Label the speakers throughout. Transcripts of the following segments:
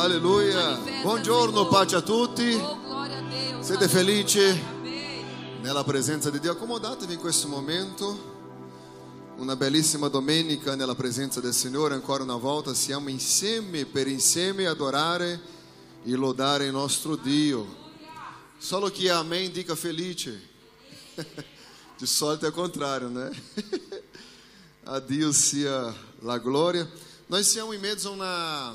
Speaker 1: Alleluia. Buongiorno, pace a tutti. Siete felici nella presenza di Dio? Accomodatevi in questo momento. Una bellissima domenica nella presenza del Signore. Ancora una volta siamo insieme per insieme adorare e lodare il nostro Dio. Solo chi ha amém dica felice. Di solito è il contrario, né? A Dio sia la gloria. Nós siamo in mezzo a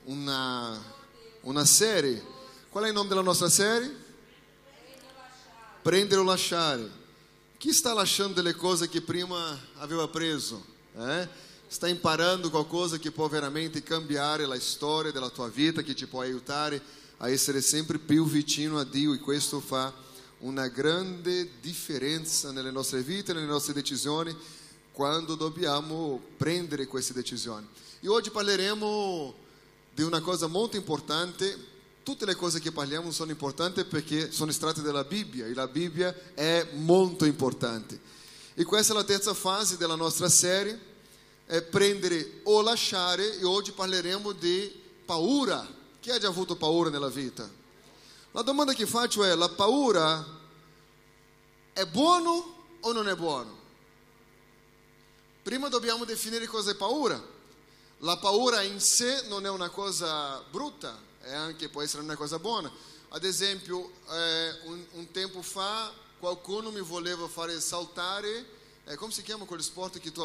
Speaker 1: una serie. Qual è il nome della nostra serie? Prendere o lasciare. Chi sta lasciando delle cose che prima aveva preso? Sta imparando qualcosa che può veramente cambiare la storia della tua vita, che ti può aiutare a essere sempre più vicino a Dio, e questo fa una grande differenza nelle nostre vite, nelle nostre decisioni, quando dobbiamo prendere queste decisioni. E oggi parleremo di una cosa molto importante. Tutte le cose che parliamo sono importanti perché sono estratte dalla Bibbia, e la Bibbia è molto importante. E questa è la terza fase della nostra serie, è prendere o lasciare, e oggi parleremo di paura. Chi ha già avuto paura nella vita? La domanda che faccio è: la paura è buono o non è buono? Prima dobbiamo definire cosa è paura. La paura in sé non è una cosa brutta, anche può essere una cosa buona. Ad esempio, un tempo fa qualcuno mi voleva fare saltare, come si chiama quello sport che tu...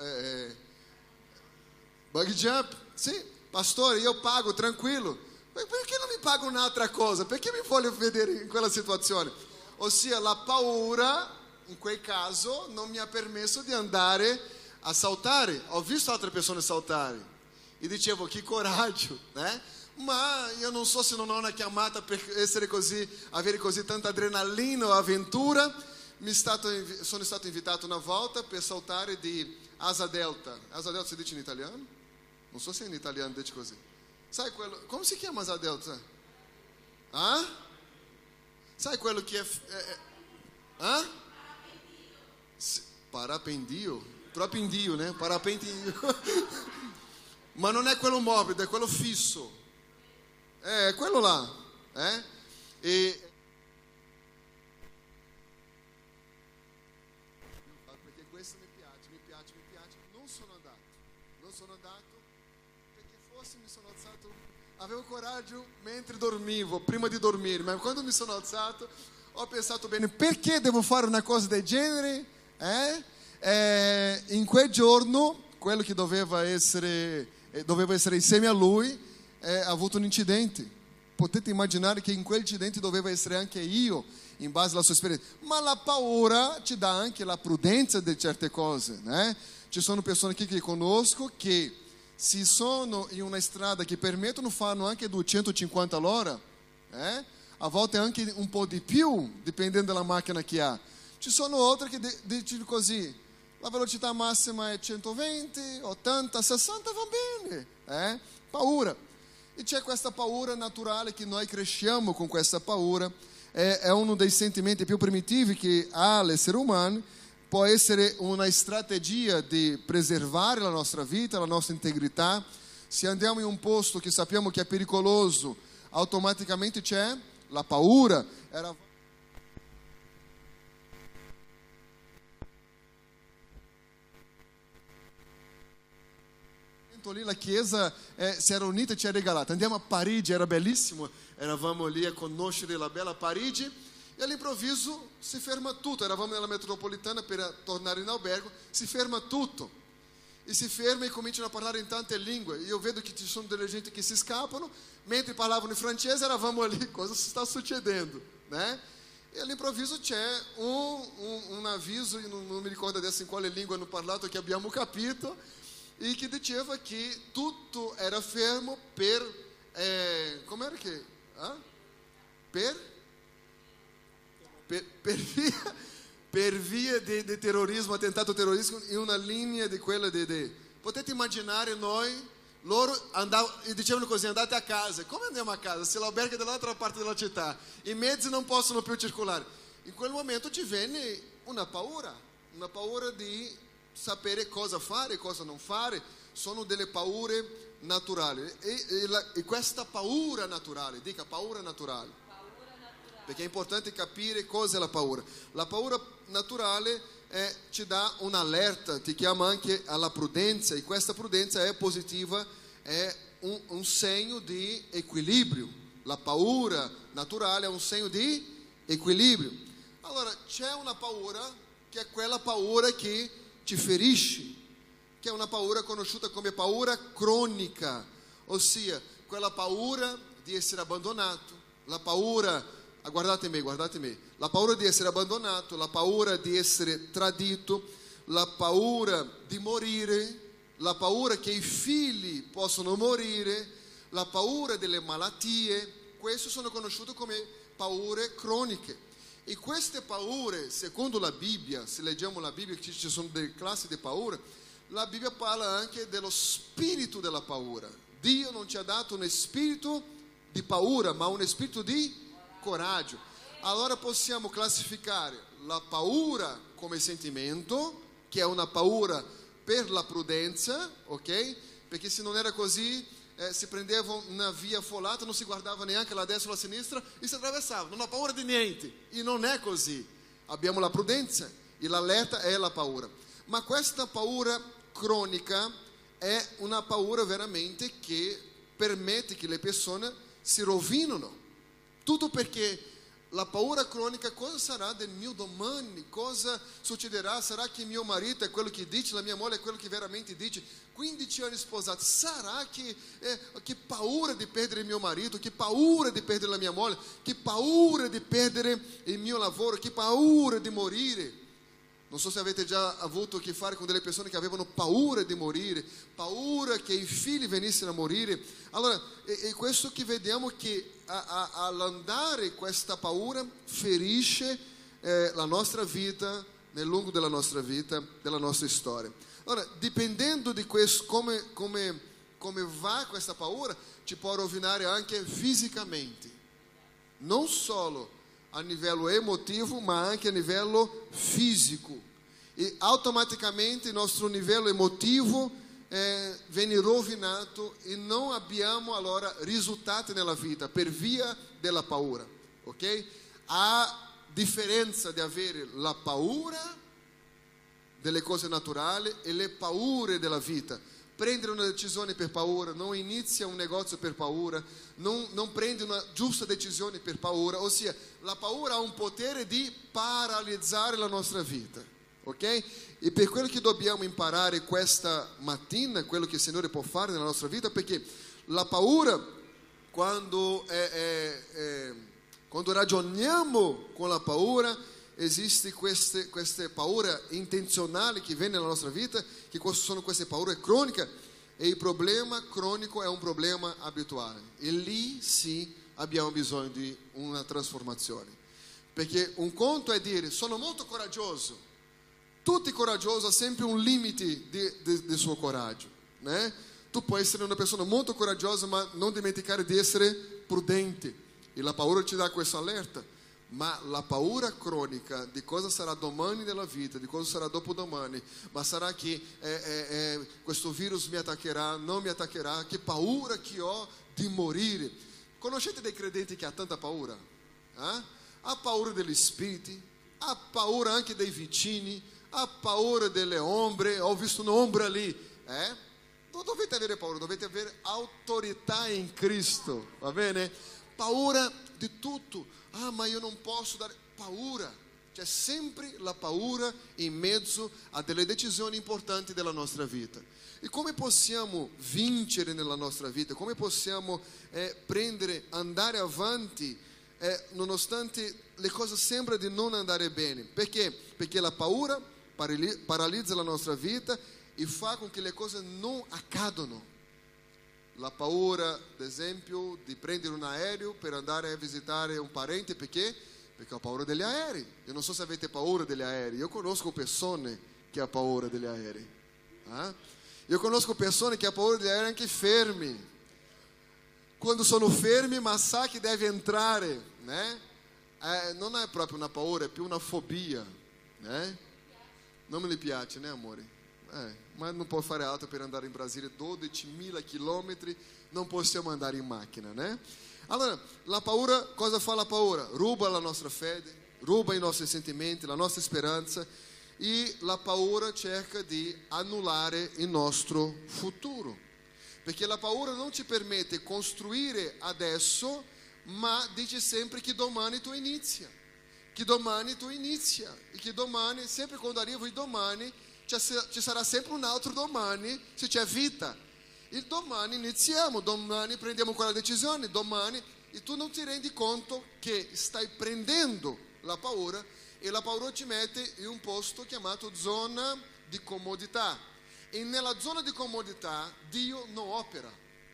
Speaker 1: bungee jump? Sì, pastore, io pago, tranquillo. Ma perché non mi paga un'altra cosa? Perché mi voglio vedere in quella situazione? Ossia, la paura, in quel caso, non mi ha permesso di andare a saltare. Ho visto altre persone saltare e dicevo, che coraggio, né? Ma io non so se non ho una chiamata per essere così, avere così tanta adrenalina o avventura. Sono stato invitato una volta per saltare di asa delta. Asa delta si dice in italiano? Non so se in italiano dice così. Sai quello, come si chiama asa delta? Ah? Sai quello che ah? Parapendio? Tropindio, né? Parapendio. Ma non è quello morbido, è quello fisso. È quello là. E perché questo mi piace. Non sono andato perché forse mi sono alzato. Avevo coraggio mentre dormivo, prima di dormire, ma quando mi sono alzato ho pensato bene, perché devo fare una cosa del genere? In quel giorno, quello che doveva essere insieme a lui, ha avuto un incidente. Potete immaginare che in quel incidente doveva essere anche io, in base alla sua esperienza. Ma la paura ti dà anche la prudenza di certe cose, né? Ci sono persone qui che conosco che, se sono in una strada che permettono, fanno anche 250 all'ora, a volte anche un po' di più, dipendendo dalla macchina che ha. Ci sono altre che dicono così: la velocità massima è 120, 80, 60, va bene, paura. E c'è questa paura naturale che noi cresciamo con questa paura, è uno dei sentimenti più primitivi che ha l'essere umano. Può essere una strategia di preservare la nostra vita, la nostra integrità. Se andiamo in un posto che sappiamo che è pericoloso, automaticamente c'è la paura. Lì la chiesa si era unita e ci ha regalato. Andiamo a Parigi, era bellissimo, eravamo lì a conoscere la bella Parigi, e all'improvviso si ferma tutto. Eravamo nella metropolitana per tornare in albergo, si ferma tutto, e si ferma e cominciano a parlare in tante lingue. Io vedo che ci sono delle gente che si scappano, mentre parlavano in francese eravamo lì, cosa sta succedendo, né? E all'improvviso c'è un avviso, non mi ricordo adesso in quale lingua hanno parlato, che abbiamo capito, e che diceva che tutto era fermo per come era che per via di terrorismo, attentato terroristico, in una linea di quella potete immaginare loro andavano e dicevano così: andate a casa. Come andiamo a casa se l'albergo è dall'altra parte della città, i mezzi non possono più circolare? In quel momento ci venne una paura di sapere cosa fare, cosa non fare. Sono delle paure naturale. E questa paura naturale, dica paura naturale. Perché è importante capire cosa è la paura. La paura naturale ci dà un'allerta, ti chiama anche alla prudenza, e questa prudenza è positiva, è un segno di equilibrio. La paura naturale è un segno di equilibrio. Allora, c'è una paura che è quella paura che ti ferisce, che è una paura conosciuta come paura cronica, ossia quella paura di essere abbandonato, la paura, guardate me, la paura di essere abbandonato, la paura di essere tradito, la paura di morire, la paura che i figli possono morire, la paura delle malattie. Queste sono conosciute come paure croniche. E queste paure, secondo la Bibbia, se leggiamo la Bibbia, ci sono delle classi di paura, la Bibbia parla anche dello spirito della paura. Dio non ci ha dato un spirito di paura, ma un spirito di coraggio. Allora possiamo classificare la paura come sentimento, che è una paura per la prudenza, ok? Perché se non era così, si prendeva una via folata, non si guardava neanche alla destra o alla sinistra e si attraversava, non ho paura di niente. E non è così. Abbiamo la prudenza e l'allerta è la paura. Ma questa paura cronica è una paura veramente che permette che le persone si rovinino. Tutto perché la paura cronica, cosa sarà del mio domani? Cosa succederà? Sarà che mio marito è quello che dice, la mia moglie è quello che veramente dice? 15 anni sposati, sarà che paura di perdere il mio marito? Che paura di perdere la mia moglie? Che paura di perdere il mio lavoro? Che paura di morire? Non so se avete già avuto a che fare con delle persone che avevano paura di morire, paura che i figli venissero a morire. Allora, è questo che vediamo, che all'andare questa paura ferisce la nostra vita, nel lungo della nostra vita, della nostra storia. Allora, dipendendo di questo, come va questa paura, ci può rovinare anche fisicamente. Non solo a livello emotivo, ma anche a livello fisico. E automaticamente il nostro livello emotivo viene rovinato e non abbiamo allora risultati nella vita per via della paura, ok? A differenza di avere la paura delle cose naturali e le paure della vita. Prendere una decisione per paura, non inizia un negozio per paura, non prende una giusta decisione per paura, ossia la paura ha un potere di paralizzare la nostra vita, ok? E per quello che dobbiamo imparare questa mattina, quello che il Signore può fare nella nostra vita, perché la paura, quando ragioniamo con la paura, esiste queste paure intenzionali che vengono nella nostra vita, che sono queste paure croniche, e il problema cronico è un problema abituale, e lì sì abbiamo bisogno di una trasformazione, perché un conto è dire sono molto coraggioso, tutti coraggiosi, ha sempre un limite del suo coraggio, né? Tu puoi essere una persona molto coraggiosa, ma non dimenticare di essere prudente, e la paura ti dà questo allerta. Ma la paura cronica di cosa sarà domani nella vita, di cosa sarà dopodomani, ma sarà che questo virus mi attaccherà, non mi attaccherà, che paura che ho di morire. Conoscete dei credenti che ha tanta paura? Ha paura degli spiriti, ha paura anche dei vicini, ha paura delle ombre. Ho visto un'ombra lì, non dovete avere paura, dovete avere autorità in Cristo, va bene? Paura di tutto. Ma io non posso dare paura. C'è sempre la paura in mezzo a delle decisioni importanti della nostra vita. E come possiamo vincere nella nostra vita? Come possiamo andare avanti nonostante le cose sembrano di non andare bene? Perché? Perché la paura paralizza la nostra vita e fa con che le cose non accadano. La paura, ad esempio, di prendere un aereo per andare a visitare un parente, perché? Perché ho paura degli aerei. Io non so se avete paura degli aerei, io conosco persone che hanno paura degli aerei. Io conosco persone che hanno paura degli aerei anche fermi. Quando sono fermi, ma sa che deve entrare, né? Non è proprio una paura, è più una fobia, né? Non me li piace, né amore? ma non può fare altro per andare in Brasile 12.000 chilometri, non possiamo andare in macchina, né? Allora, la paura, cosa fa la paura? Ruba la nostra fede, ruba i nostri sentimenti, la nostra speranza, e la paura cerca di annullare il nostro futuro, perché la paura non ci permette costruire adesso, ma dice sempre che domani tu inizia, che domani tu inizia, e che domani, sempre quando arriva il domani, ci sarà sempre un altro domani se c'è vita. Il domani iniziamo, domani prendiamo quella decisione, domani, e tu non ti rendi conto che stai prendendo la paura, e la paura ti mette in un posto chiamato zona di comodità, e nella zona di comodità Dio non opera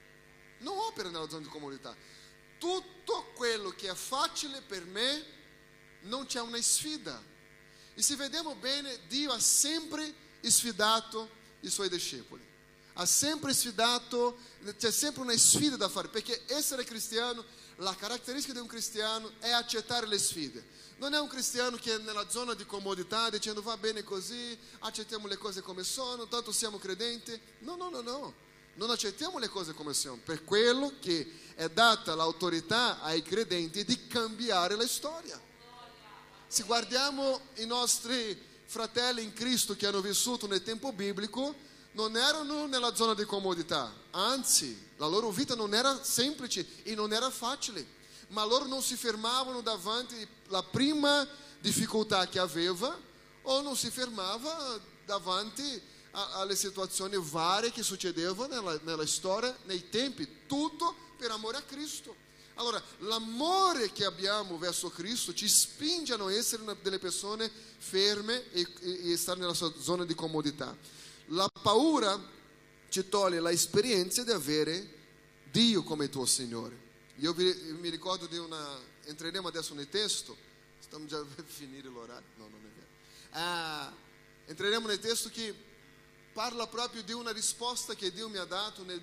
Speaker 1: nella zona di comodità. Tutto quello che è facile per me non c'è una sfida, e se vediamo bene, Dio ha sempre sfidato i suoi discepoli, ha sempre sfidato, c'è sempre una sfida da fare, perché essere cristiano, la caratteristica di un cristiano è accettare le sfide. Non è un cristiano che è nella zona di comodità dicendo va bene così, accettiamo le cose come sono, tanto siamo credenti. No, non accettiamo le cose come sono, per quello che è data l'autorità ai credenti di cambiare la storia. Se guardiamo i nostri fratelli in Cristo che hanno vissuto nel tempo biblico, non erano nella zona di comodità, anzi, la loro vita non era semplice e non era facile, ma loro non si fermavano davanti alla prima difficoltà che aveva, o non si fermava davanti alle situazioni varie che succedevano nella storia, nei tempi, tutto per amore a Cristo. Allora, l'amore che abbiamo verso Cristo ci spinge a non essere delle persone ferme e stare nella sua zona di comodità. La paura ci toglie l'esperienza di avere Dio come tuo Signore. Io mi ricordo di entreremo adesso nel testo, stiamo già per finire l'orario, no, non è vero. Entreremo nel testo che parla proprio di una risposta che Dio mi ha dato nel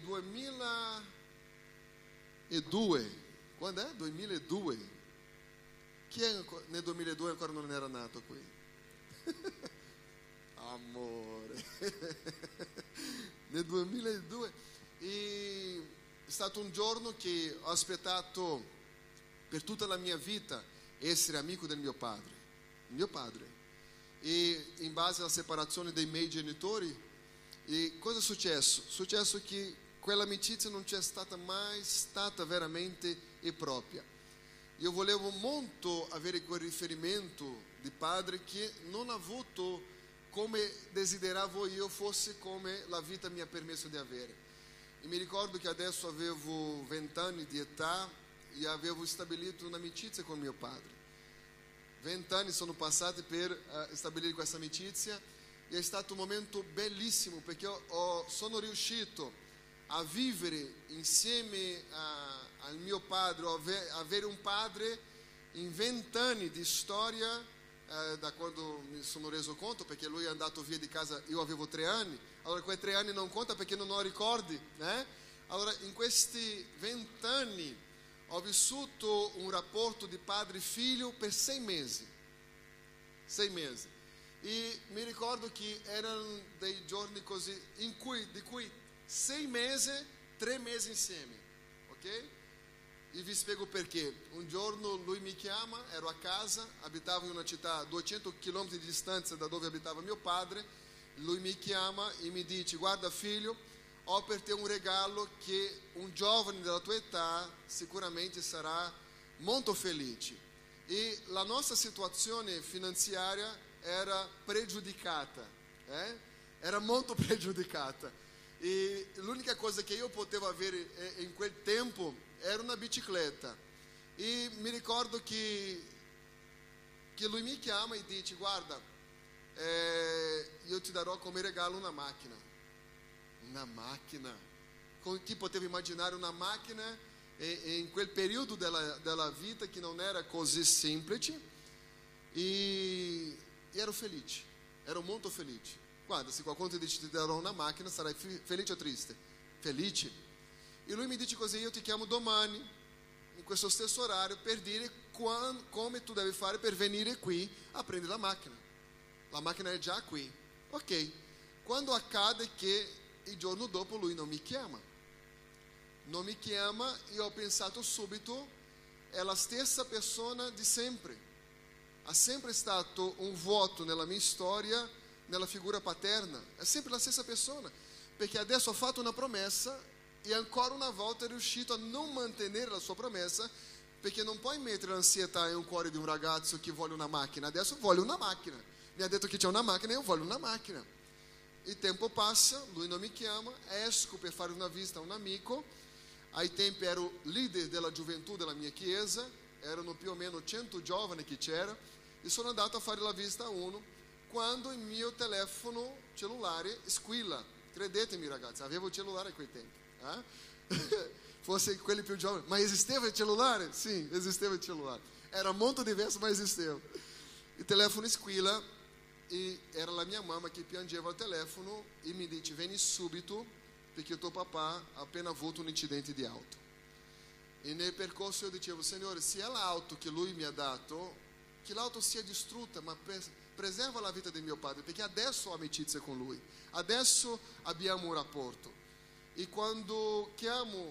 Speaker 1: 2002. Quando è? 2002. Chi è nel 2002 ancora non era nato qui? Amore. Nel 2002. E è stato un giorno che ho aspettato per tutta la mia vita essere amico del mio padre. E in base alla separazione dei miei genitori, e cosa è successo? È successo che quell'amicizia non c'è stata mai stata veramente e propria. Io volevo molto avere quel riferimento di padre che non ho avuto come desideravo io fosse, come la vita mi ha permesso di avere. E mi ricordo che adesso avevo 20 anni di età e avevo stabilito un'amicizia con mio padre. 20 anni sono passati per stabilire questa amicizia, e è stato un momento bellissimo, perché sono riuscito a vivere insieme al mio padre, avere un padre in 20 anni di storia, da quando mi sono reso conto, perché lui è andato via di casa, io avevo 3 anni, allora quei 3 anni non conta perché non ho ricordi, Allora in questi 20 anni ho vissuto un rapporto di padre-figlio per 6 mesi, e mi ricordo che erano dei giorni così, di cui 6 mesi, 3 mesi insieme, ok? E vi spiego perché. Un giorno lui mi chiama, ero a casa, abitavo in una città a 200 km di distanza da dove abitava mio padre. Lui mi chiama e mi dice: guarda figlio, ho per te un regalo che un giovane della tua età sicuramente sarà molto felice. E la nostra situazione finanziaria era pregiudicata, era molto pregiudicata. E l'unica cosa che io potevo avere in quel tempo era una bicicletta. E mi ricordo che lui mi chiama e dice: guarda, io ti darò come regalo una macchina. Chi poteva immaginare una macchina in quel periodo della vita che non era così semplice? E ero felice, ero molto felice. Guarda, se qualcuno ti dice ti darò una macchina, sarai felice o triste? Felice. E lui mi dice così: io ti chiamo domani in questo stesso orario per dire come tu devi fare per venire qui a prendere la macchina è già qui, ok? quando accade che il giorno dopo lui non mi chiama. Non mi chiama, io ho pensato subito, è la stessa persona di sempre. Ha sempre stato un vuoto nella mia storia, nella figura paterna. È sempre la stessa persona, perché adesso ha fatto una promessa e ancora una volta è riuscito a non mantenere la sua promessa, perché non puoi mettere l'ansietà in un cuore di un ragazzo che vuole una macchina. Adesso vuole una macchina. Mi ha detto che c'è una macchina e io voglio una macchina. Il tempo passa, lui non mi chiama, esco per fare una visita a un amico. Ai tempi ero leader della gioventù della mia chiesa, erano più o meno 100 giovani che c'era, e sono andato a fare la visita a uno quando il mio telefono cellulare squilla. Credetemi ragazzi, avevo il cellulare a quei tempi. Forse quelli più giovani, ma esisteva il cellulare? Sì, esisteva il cellulare. Era molto diverso, ma esisteva. Il telefono squilla e era la mia mamma che piangeva al telefono e mi dice: vieni subito perché il tuo papà ha appena avuto un incidente di auto. E nel percorso io dicevo: Signore, se è l'auto che lui mi ha dato, che l'auto sia distrutta, ma preserva la vita di mio padre, perché adesso ho amicizia con lui, adesso abbiamo un rapporto. E quando chiamo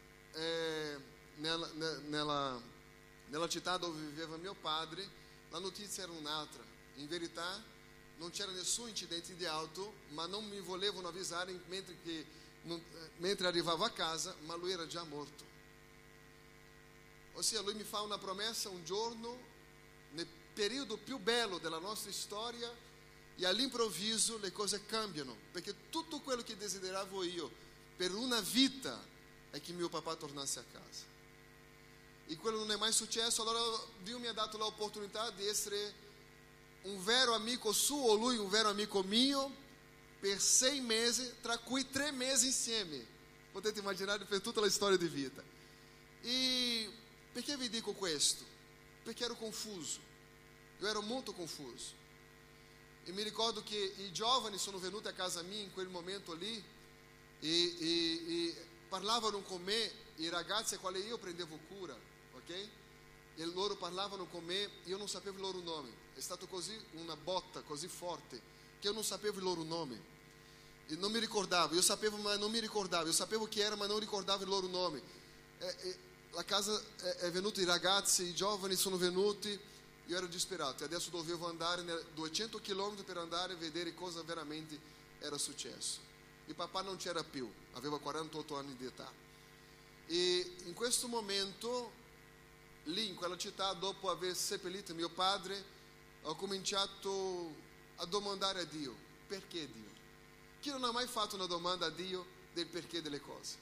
Speaker 1: nella città dove viveva mio padre, la notizia era un'altra. In verità non c'era nessun incidente di auto, ma non mi volevano avvisare mentre arrivavo a casa, ma lui era già morto. Ossia, lui mi fa una promessa un giorno, nel periodo più bello della nostra storia, e all'improvviso le cose cambiano, perché tutto quello che desideravo io per una vita è che mio papà tornasse a casa. E quello non è mai successo. Allora Dio mi ha dato l'opportunità di essere un vero amico suo, lui un vero amico mio, per 6 mesi, tra cui 3 mesi insieme. Potete immaginare, per tutta la storia di vita. E perché vi dico questo? Perché ero confuso. Io ero molto confuso. E mi ricordo che i giovani sono venuti a casa mia in quel momento lì e parlavano con me, i ragazzi a quali io prendevo cura, ok? E loro parlavano con me, io non sapevo il loro nome. È stato così una botta così forte che io non sapevo il loro nome. E non mi ricordavo, io sapevo ma non mi ricordavo, io sapevo chi era ma non ricordavo il loro nome. La casa è venuta, i ragazzi, i giovani sono venuti, io ero disperato e adesso dovevo andare 200 km per andare a vedere cosa veramente era successo. Il papà non c'era più, aveva 48 anni di età. E in questo momento, lì in quella città, dopo aver seppellito mio padre, ho cominciato a domandare a Dio: perché Dio? Chi non ha mai fatto una domanda a Dio del perché delle cose?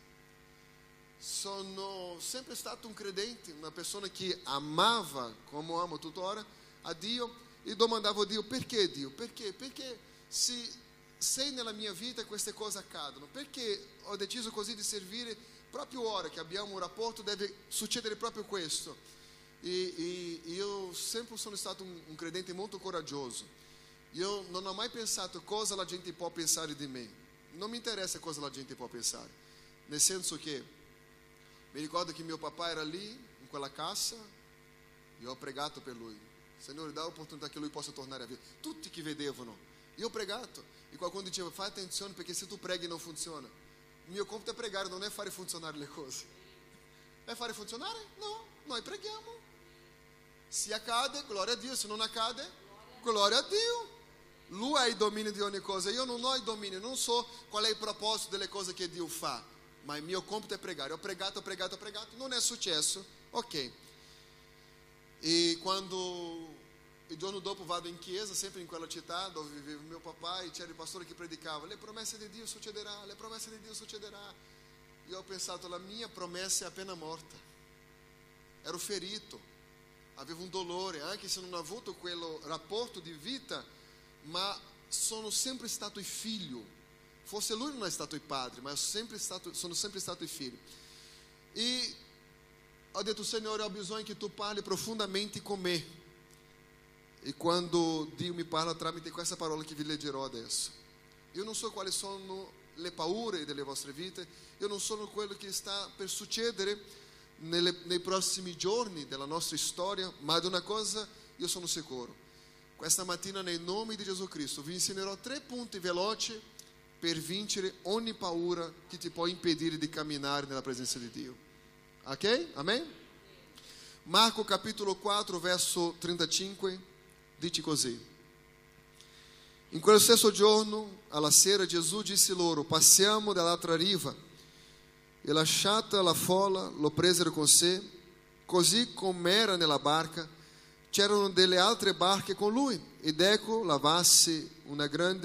Speaker 1: Sono sempre stato un credente, una persona che amava, come amo tuttora, a Dio, e domandavo a Dio: perché Dio? Perché? Perché se nella mia vita queste cose accadono? Perché ho deciso così di servire proprio ora che abbiamo un rapporto, deve succedere proprio questo. E io sempre sono stato un credente molto coraggioso. Io non ho mai pensato cosa la gente può pensare di me. Non mi interessa cosa la gente può pensare. Nel senso che mi ricordo che mio papà era lì, in quella cassa, e ho pregato per lui. Signore, dà l'opportunità che lui possa tornare a vivere. Tutti che vedevano, io ho pregato. E qualcuno diceva: fai attenzione perché se tu preghi non funziona. Il mio compito è pregare, non è fare funzionare le cose. È fare funzionare? No, noi preghiamo. Se accade, gloria a Dio. Se non accade, gloria a Dio. Lui ha il dominio di ogni cosa. Io non ho il dominio, non so qual è il proposito delle cose che Dio fa, ma il mio compito è pregare. Ho pregato, non è successo, ok. E quando il giorno dopo vado in chiesa, sempre in quella città dove viveva mio papà, e c'era il pastore che predicava: le promesse di Dio succederà, le promesse di Dio succederà. Io ho pensato: la mia promessa è appena morta. Ero ferito, avevo un dolore, anche se non ho avuto quel rapporto di vita, ma sono sempre stato il figlio. Forse lui non è stato il padre, ma sono sempre stato il figlio. E ho detto: Signore, ho bisogno che tu parli profondamente con me. E quando Dio mi parla tramite questa parola che vi leggerò adesso, io non so quali sono le paure delle vostre vite, io non so quello che sta per succedere nei prossimi giorni della nostra storia, ma di una cosa io sono sicuro: questa mattina, nel nome di Gesù Cristo, vi insegnerò 3 punti veloci per vincere ogni paura che ti può impedire di camminare nella presenza di Dio. Ok? Amen? Marco capitolo 4, verso 35, dice così. In quello stesso giorno, alla sera, Gesù disse loro: passiamo dall'altra riva. E lasciata la folla, lo presero con sé, così com'era nella barca. C'erano delle altre barche con lui, ed ecco levasse una gran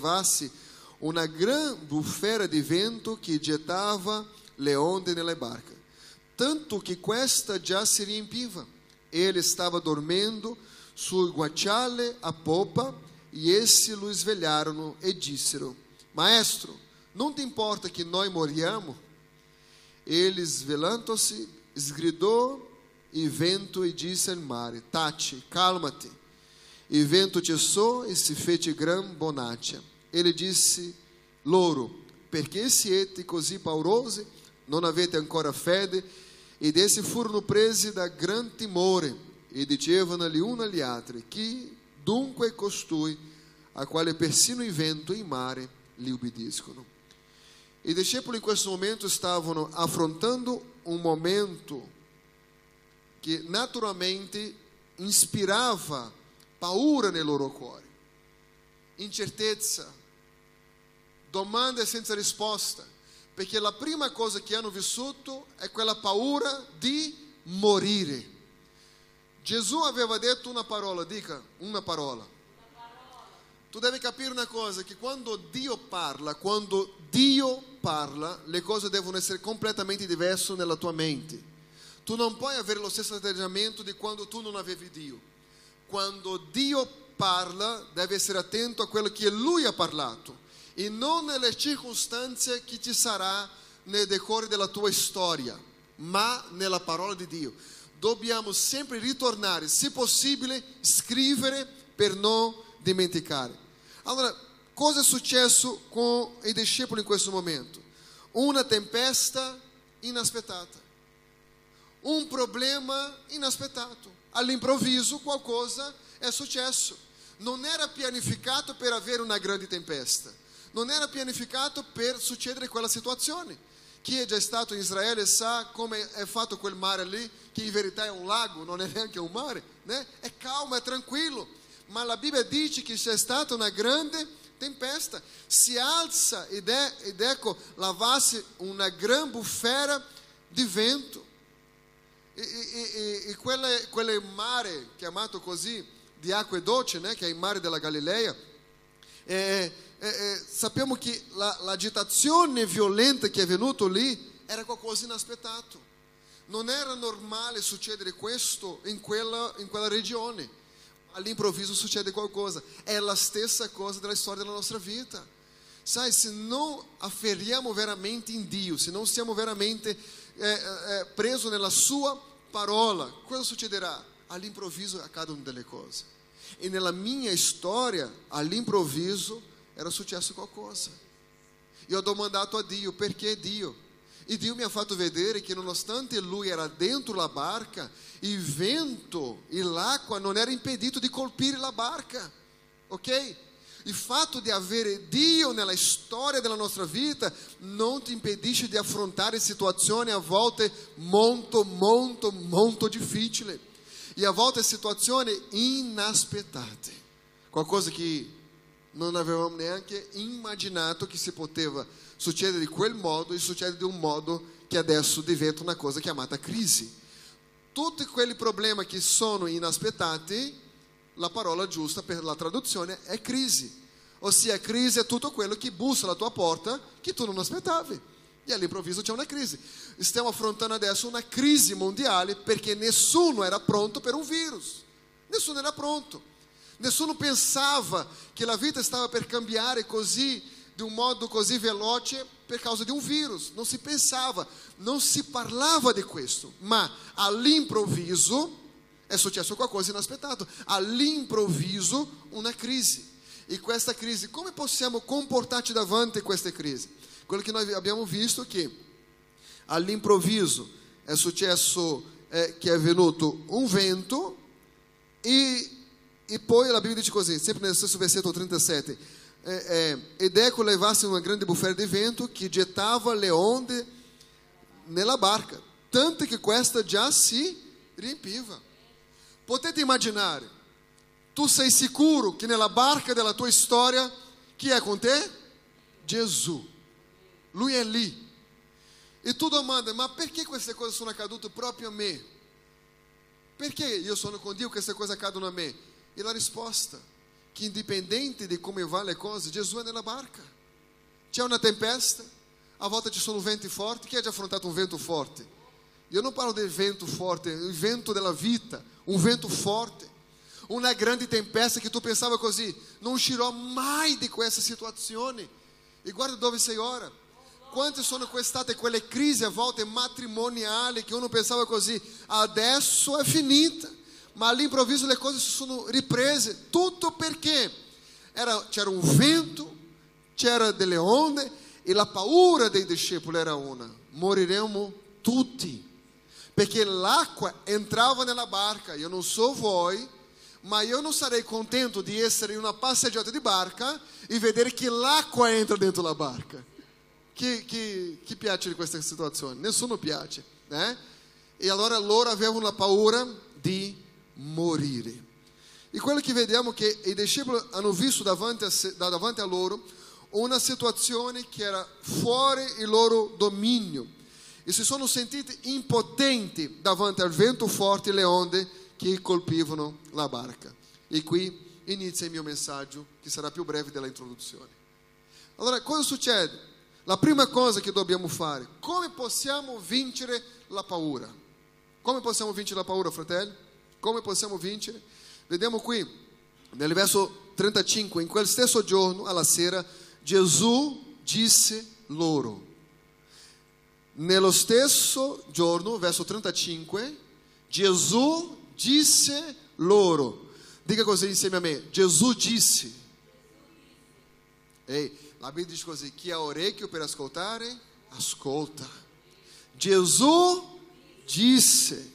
Speaker 1: bufera di vento che gettava le onde nella barca, tanto che questa già si riempiva. Ele stava dormendo sul guanciale a popa, e essi lo svegliarono e dissero: Maestro, non ti importa che noi moriamo? Ele, svelando-se, sgridou e vento e disse al mare: Taci, calma-te. E vento cessou e se fece gran bonaccia. Ele disse loro: Perché siete così paurosi? Non avete ancora fede? Ed essi furono presi da gran timore e dicevano-lhe uno agli altri: Chi dunque è costui a quale persino il vento e il mare gli ubbidiscono? I discepoli in questo momento stavano affrontando un momento che naturalmente inspirava paura nei loro cuori, incertezza, domande senza risposta, perché la prima cosa che hanno vissuto è quella paura di morire. Gesù aveva detto una parola, dica una parola. Tu devi capire una cosa, che quando Dio parla, le cose devono essere completamente diverse nella tua mente. Tu non puoi avere lo stesso atteggiamento di quando tu non avevi Dio. Quando Dio parla, devi essere attento a quello che Lui ha parlato e non nelle circostanze che ci sarà nel decorre della tua storia, ma nella parola di Dio. Dobbiamo sempre ritornare, se possibile, scrivere per non dimenticare. Allora, cosa è successo con i discepoli in questo momento? Una tempesta inaspettata, un problema inaspettato. All'improvviso qualcosa è successo. Non era pianificato per avere una grande tempesta, non era pianificato per succedere quella situazione. Chi è già stato in Israele sa come è fatto quel mare lì, che in verità è un lago, non è neanche un mare, né? È calmo, è tranquillo. Ma la Bibbia dice che c'è stata una grande tempesta. Si alza ed ecco lavasse una gran bufera di vento. E quel mare chiamato così di acque dolci, né? Che è il mare della Galilea, sappiamo che l'agitazione violenta che è venuta lì era qualcosa di inaspettato. Non era normale succedere questo in quella regione. All'improvviso succede qualcosa. È la stessa cosa della storia della nostra vita. Sai, se non afferriamo veramente in Dio, se non siamo veramente presi nella sua parola, cosa succederà? All'improvviso accadono delle cose. E nella mia storia, all'improvviso, era successo qualcosa. Io ho domandato a Dio: perché Dio? E Dio mi ha fatto vedere che nonostante Lui era dentro la barca, il vento e l'acqua non era impedito di colpire la barca, ok? Il fatto di avere Dio nella storia della nostra vita non ti impedisce di affrontare situazioni a volte molto, molto, molto difficili e a volte situazioni inaspettate, qualcosa che non avevamo neanche immaginato che si poteva succedere di quel modo e succede di un modo che adesso diventa una cosa chiamata crisi. Tutti quei problemi che sono inaspettati, la parola giusta per la traduzione è crisi. Ossia, crisi è tutto quello che bussa alla tua porta che tu non aspettavi. E all'improvviso c'è una crisi. Stiamo affrontando adesso una crisi mondiale perché nessuno era pronto per un virus. Nessuno era pronto. Nessuno pensava che la vita stava per cambiare così, di un modo così veloce per causa di un virus. Non si pensava, non si parlava di questo, ma all'improvviso è successo qualcosa di inaspettato. All'improvviso una crisi. E questa crisi, come possiamo comportarci davanti a questa crisi? Quello che noi abbiamo visto è che all'improvviso è successo che è venuto un vento e poi la Bibbia dice così, sempre nello stesso versetto 37, ed ecco levasse una grande bufera di vento che gettava le onde nella barca, tanto che questa già si riempiva. Potete immaginare, tu sei sicuro che nella barca della tua storia chi è con te? Gesù. Lui è lì. E tu domanda, ma perché queste cose sono accadute proprio a me? Perché io sono con Dio, queste cose accadono a me? E la risposta, che indipendente di come vanno le cose, Gesù è nella barca. C'è una tempesta, a volte ci sono venti forti. Chi ha già affrontato un vento forte? Io non parlo del vento forte, il vento della vita, un vento forte. Una grande tempesta che tu pensava così, non uscirò mai di questa situazione. E guarda dove sei ora. Quante sono state quelle crisi a volte matrimoniali che uno pensava così, adesso è finita, ma all'improvviso le cose si sono riprese. Tutto perché c'era un vento, c'era delle onde e la paura dei discepoli era una: moriremo tutti, perché l'acqua entrava nella barca. Io non so voi, ma io non sarei contento di essere in una passeggiata di barca e vedere che l'acqua entra dentro la barca. Chi piace di questa situazione? Nessuno piace, né? E allora loro avevano la paura di morire. E quello che vediamo è che i discepoli hanno visto davanti a loro una situazione che era fuori il loro dominio e si sono sentiti impotenti davanti al vento forte e le onde che colpivano la barca. E qui inizia il mio messaggio, che sarà più breve della introduzione. Allora, cosa succede? La prima cosa che dobbiamo fare: come possiamo vincere la paura? Come possiamo vincere la paura, fratelli? Come possiamo vincere? Vediamo qui, nel verso 35, in quel stesso giorno, alla sera, Gesù disse loro. Nello stesso giorno, verso 35, Gesù disse loro. Dica così insieme a me: Gesù disse. Ehi, la Bibbia dice così: chi ha orecchio per ascoltare, ascolta. Gesù disse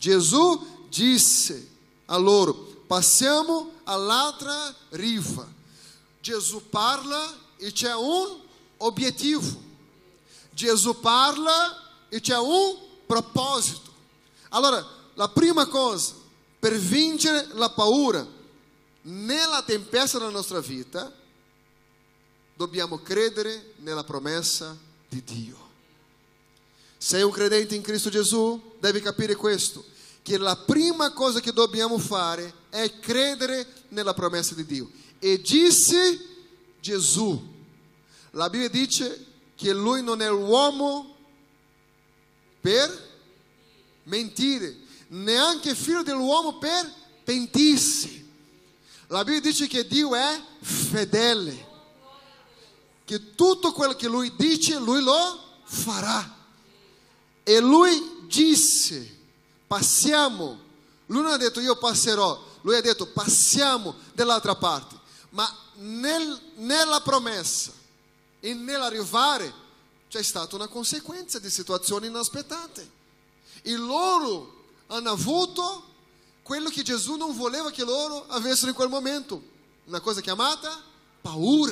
Speaker 1: a loro: passiamo all'altra riva. Gesù parla e c'è un obiettivo. Gesù parla e c'è un proposito. Allora, la prima cosa per vincere la paura nella tempesta della nostra vita, dobbiamo credere nella promessa di Dio. Sei un credente in Cristo Gesù, devi capire questo, che la prima cosa che dobbiamo fare è credere nella promessa di Dio. E disse Gesù. La Bibbia dice che lui non è l'uomo per mentire, neanche figlio dell'uomo per pentirsi. La Bibbia dice che Dio è fedele, che tutto quello che lui dice, lui lo farà. E lui disse: passiamo. Lui non ha detto io passerò, lui ha detto passiamo dall'altra parte. Ma nella promessa e nell'arrivare c'è stata una conseguenza di situazioni inaspettate. E loro hanno avuto quello che Gesù non voleva che loro avessero in quel momento, una cosa chiamata paura.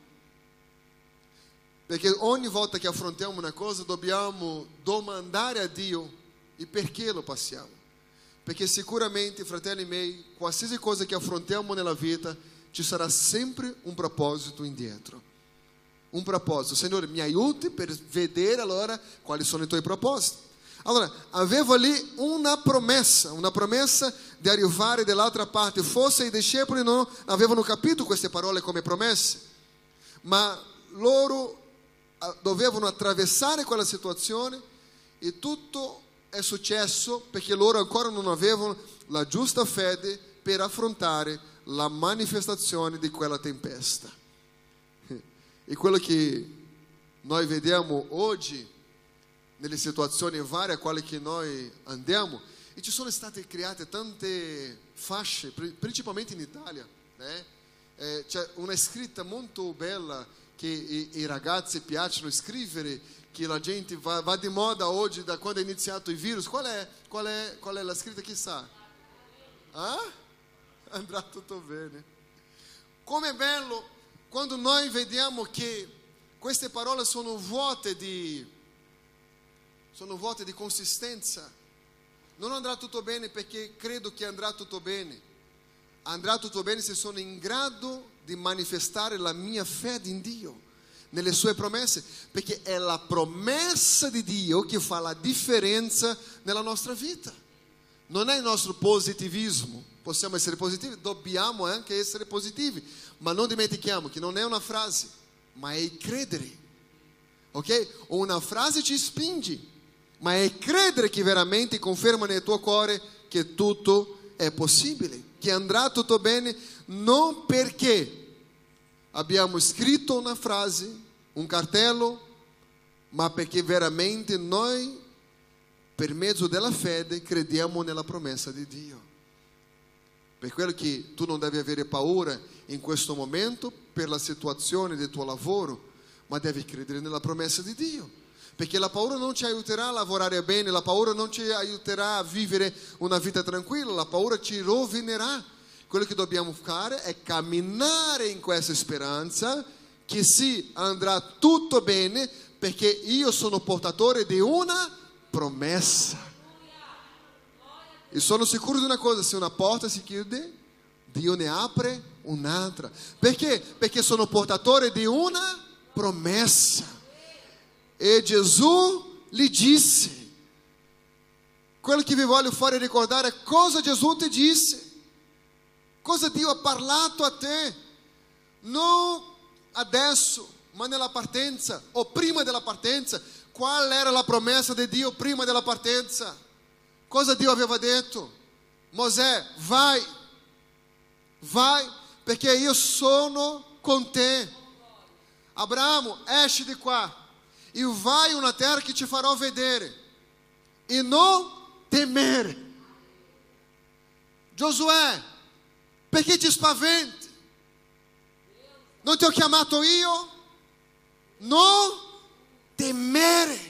Speaker 1: Perché ogni volta che affrontiamo una cosa dobbiamo domandare a Dio il perché lo passiamo. Perché sicuramente, fratelli miei, qualsiasi cosa che affrontiamo nella vita, ci sarà sempre un proposito indietro. Un proposito. Signore, mi aiuti per vedere allora quali sono i tuoi propositi. Allora, aveva lì una promessa di arrivare dall'altra parte. Forse i discepoli non avevano capito queste parole come promesse, ma loro dovevano attraversare quella situazione e tutto è successo perché loro ancora non avevano la giusta fede per affrontare la manifestazione di quella tempesta. E quello che noi vediamo oggi nelle situazioni varie a quali che noi andiamo, e ci sono state create tante fasce, principalmente in Italia, né? C'è una scritta molto bella che i ragazzi piacciono scrivere, che la gente va di moda oggi da quando è iniziato il virus. Qual è la scritta, chi sa? Ah? Andrà tutto bene. Come è bello quando noi vediamo che queste parole sono vuote di consistenza, non andrà tutto bene perché credo che andrà tutto bene. Andrà tutto bene se sono in grado di manifestare la mia fede in Dio, nelle sue promesse, perché è la promessa di Dio che fa la differenza nella nostra vita. Non è il nostro positivismo. Possiamo essere positivi, dobbiamo anche essere positivi, ma non dimentichiamo che non è una frase, ma è il credere. Ok? Una frase ci spinge, ma è credere che veramente conferma nel tuo cuore che tutto è possibile, che andrà tutto bene, non perché abbiamo scritto una frase, un cartello, ma perché veramente noi, per mezzo della fede, crediamo nella promessa di Dio. Per quello che tu non devi avere paura in questo momento per la situazione del tuo lavoro, ma devi credere nella promessa di Dio, perché la paura non ci aiuterà a lavorare bene, la paura non ci aiuterà a vivere una vita tranquilla, la paura ci rovinerà. Quello che dobbiamo fare è camminare in questa speranza che sì, andrà tutto bene, perché io sono portatore di una promessa. E sono sicuro di una cosa: se una porta si chiude, Dio ne apre un'altra. Perché? Perché sono portatore di una promessa. E Gesù gli disse, quello che vi voglio fare ricordare è cosa Gesù ti disse, cosa Dio ha parlato a te, non adesso, ma nella partenza o prima della partenza. Qual era la promessa di Dio prima della partenza? Cosa Dio aveva detto? Mosè, vai, perché io sono con te. Abramo, esci di qua e vai in una terra che ti farò vedere, e non temere. Giosuè, perché ti spaventi? Non ti ho chiamato io? Non temere.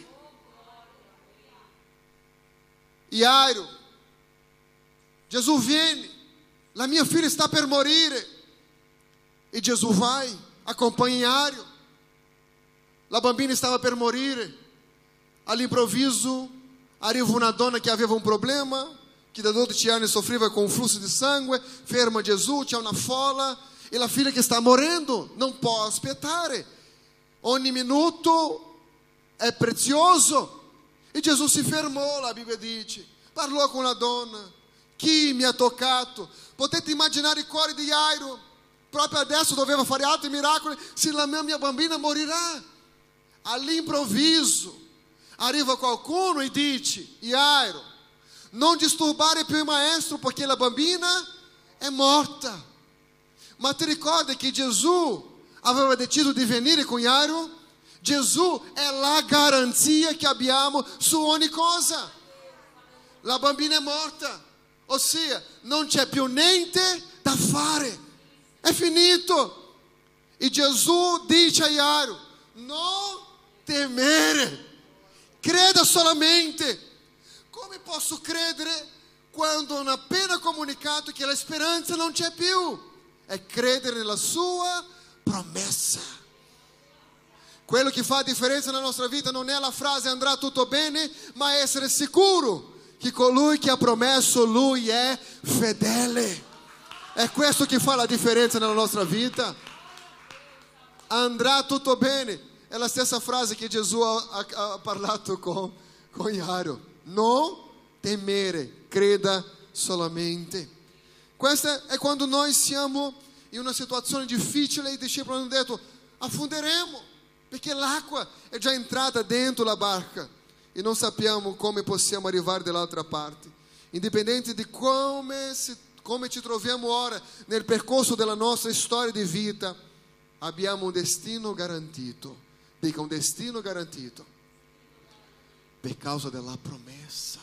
Speaker 1: Iairo, Gesù viene, la mia figlia sta per morire, e Gesù vai, accompagna Iairo. La bambina stava per morire, all'improvviso arriva una donna che aveva un problema, che da 12 anni soffriva con un flusso di sangue, ferma Gesù, c'è una folla, e la figlia che sta morendo non può aspettare, ogni minuto è prezioso. E Gesù si fermò, la Bibbia dice, parlò con la donna: chi mi ha toccato? Potete immaginare il cuore di Iairo? Proprio adesso doveva fare altri miracoli, se la mia bambina morirà. All'improvviso arriva qualcuno e dice: Iairo, non disturbare più il maestro perché la bambina è morta. Ma ti ricordi che Gesù aveva deciso di venire con Iairo? Gesù è la garanzia che abbiamo su ogni cosa. La bambina è morta, ossia non c'è più niente da fare, è finito. E Gesù dice a Iairo: non temere, creda solamente. Come posso credere quando non ho appena comunicato che la speranza non c'è più? È credere nella sua promessa. Quello che fa la differenza nella nostra vita non è la frase andrà tutto bene, ma è essere sicuro che colui che ha promesso, lui è fedele. È questo che fa la differenza nella nostra vita. Andrà tutto bene. È la stessa frase che Gesù ha parlato con Iairo: non temere, creda solamente. Questa è quando noi siamo in una situazione difficile e i discepoli hanno detto: affonderemo, perché l'acqua è già entrata dentro la barca e non sappiamo come possiamo arrivare dall'altra parte. Indipendente di come ci troviamo ora nel percorso della nostra storia di vita, abbiamo un destino garantito. Dica, un destino garantito per causa della promessa.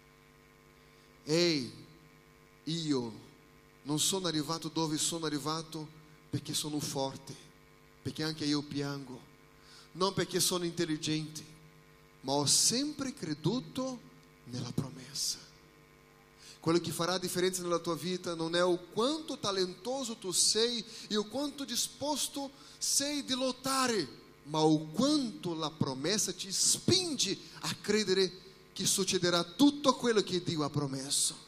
Speaker 1: Ehi, io non sono arrivato dove sono arrivato perché sono forte, perché anche io piango, non perché sono intelligente, ma ho sempre creduto nella promessa. Quello che farà a differenza nella tua vita non è o quanto talentoso tu sei e o quanto disposto sei di lottare, ma o quanto la promessa ti spinge a credere che succederà tutto quello che Dio ha promesso.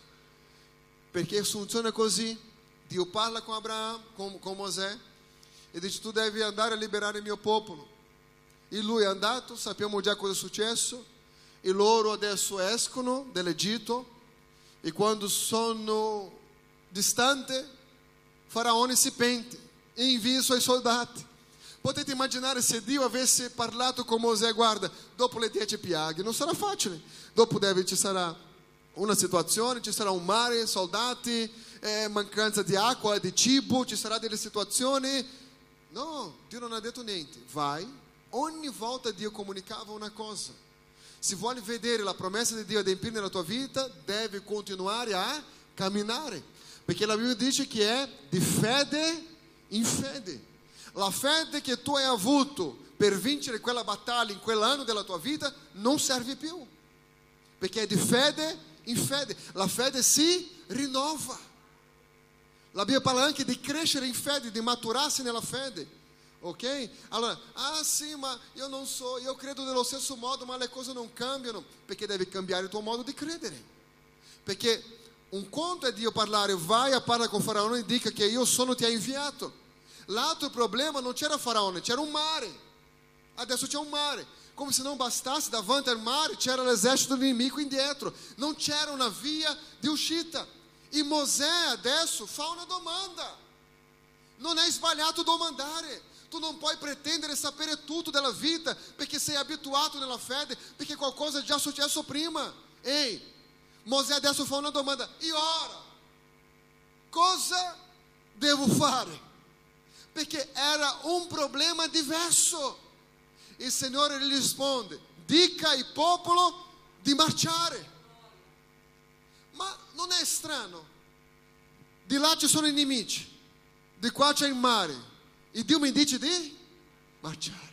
Speaker 1: Perché funziona così. Dio parla com Abraão, com Mosè, e dice: tu devi andare a liberare il mio popolo. E lui è andato, sappiamo già cosa è successo, e loro adesso escono dall'Egitto, e quando sono distanti, Faraone si pente e invia i suoi soldati. Potete immaginare se Dio avesse parlato con Mosè: guarda, dopo le 10 piaghe non sarà facile, dopo ci sarà una situazione, ci sarà un mare, soldati, mancanza di acqua, di cibo, ci sarà delle situazioni. No, Dio non ha detto niente. Vai. Ogni volta Dio comunicava una cosa: se vuoi vedere la promessa di Dio adempire nella tua vita, devi continuare a camminare, perché la Bibbia dice che è di fede in fede. La fede che tu hai avuto per vincere quella battaglia in quell'anno della tua vita non serve più, perché è di fede in fede. La fede si rinnova. La Bibbia parla anche di crescere in fede, di maturarsi nella fede. Ok? Allora, sì, ma io credo nello stesso modo, ma le cose non cambiano, perché devi cambiare il tuo modo di credere. Perché un conto è Dio parlare: vai a parlare con Faraone e dica che io ti ha inviato. L'altro problema non c'era Faraone, c'era un mare. Adesso c'è un mare. Come se non bastasse, davanti al mare c'era l'esercito nemico indietro. Non c'era una via di uscita. E Mosè adesso fa una domanda. Non è sbagliato domandare. Tu non puoi pretendere sapere tutto della vita perché sei abituato nella fede, perché qualcosa è già successo prima. Ehi, Mosè adesso fa una domanda: e ora? Cosa devo fare? Perché era un problema diverso. Il Signore gli risponde: dica al popolo di marciare. Ma non è strano? Di là ci sono i nemici, di qua c'è il mare, e Dio mi dice di marciare.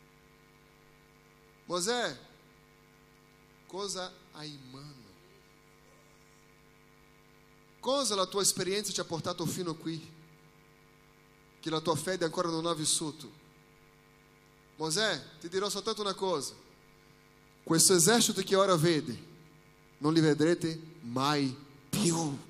Speaker 1: Mosè, cosa hai in mano? Cosa la tua esperienza ti ha portato fino a qui, che la tua fede ancora non ha vissuto? Mosè, ti dirò soltanto una cosa: questo esercito che ora vedi, non li vedrete mai più.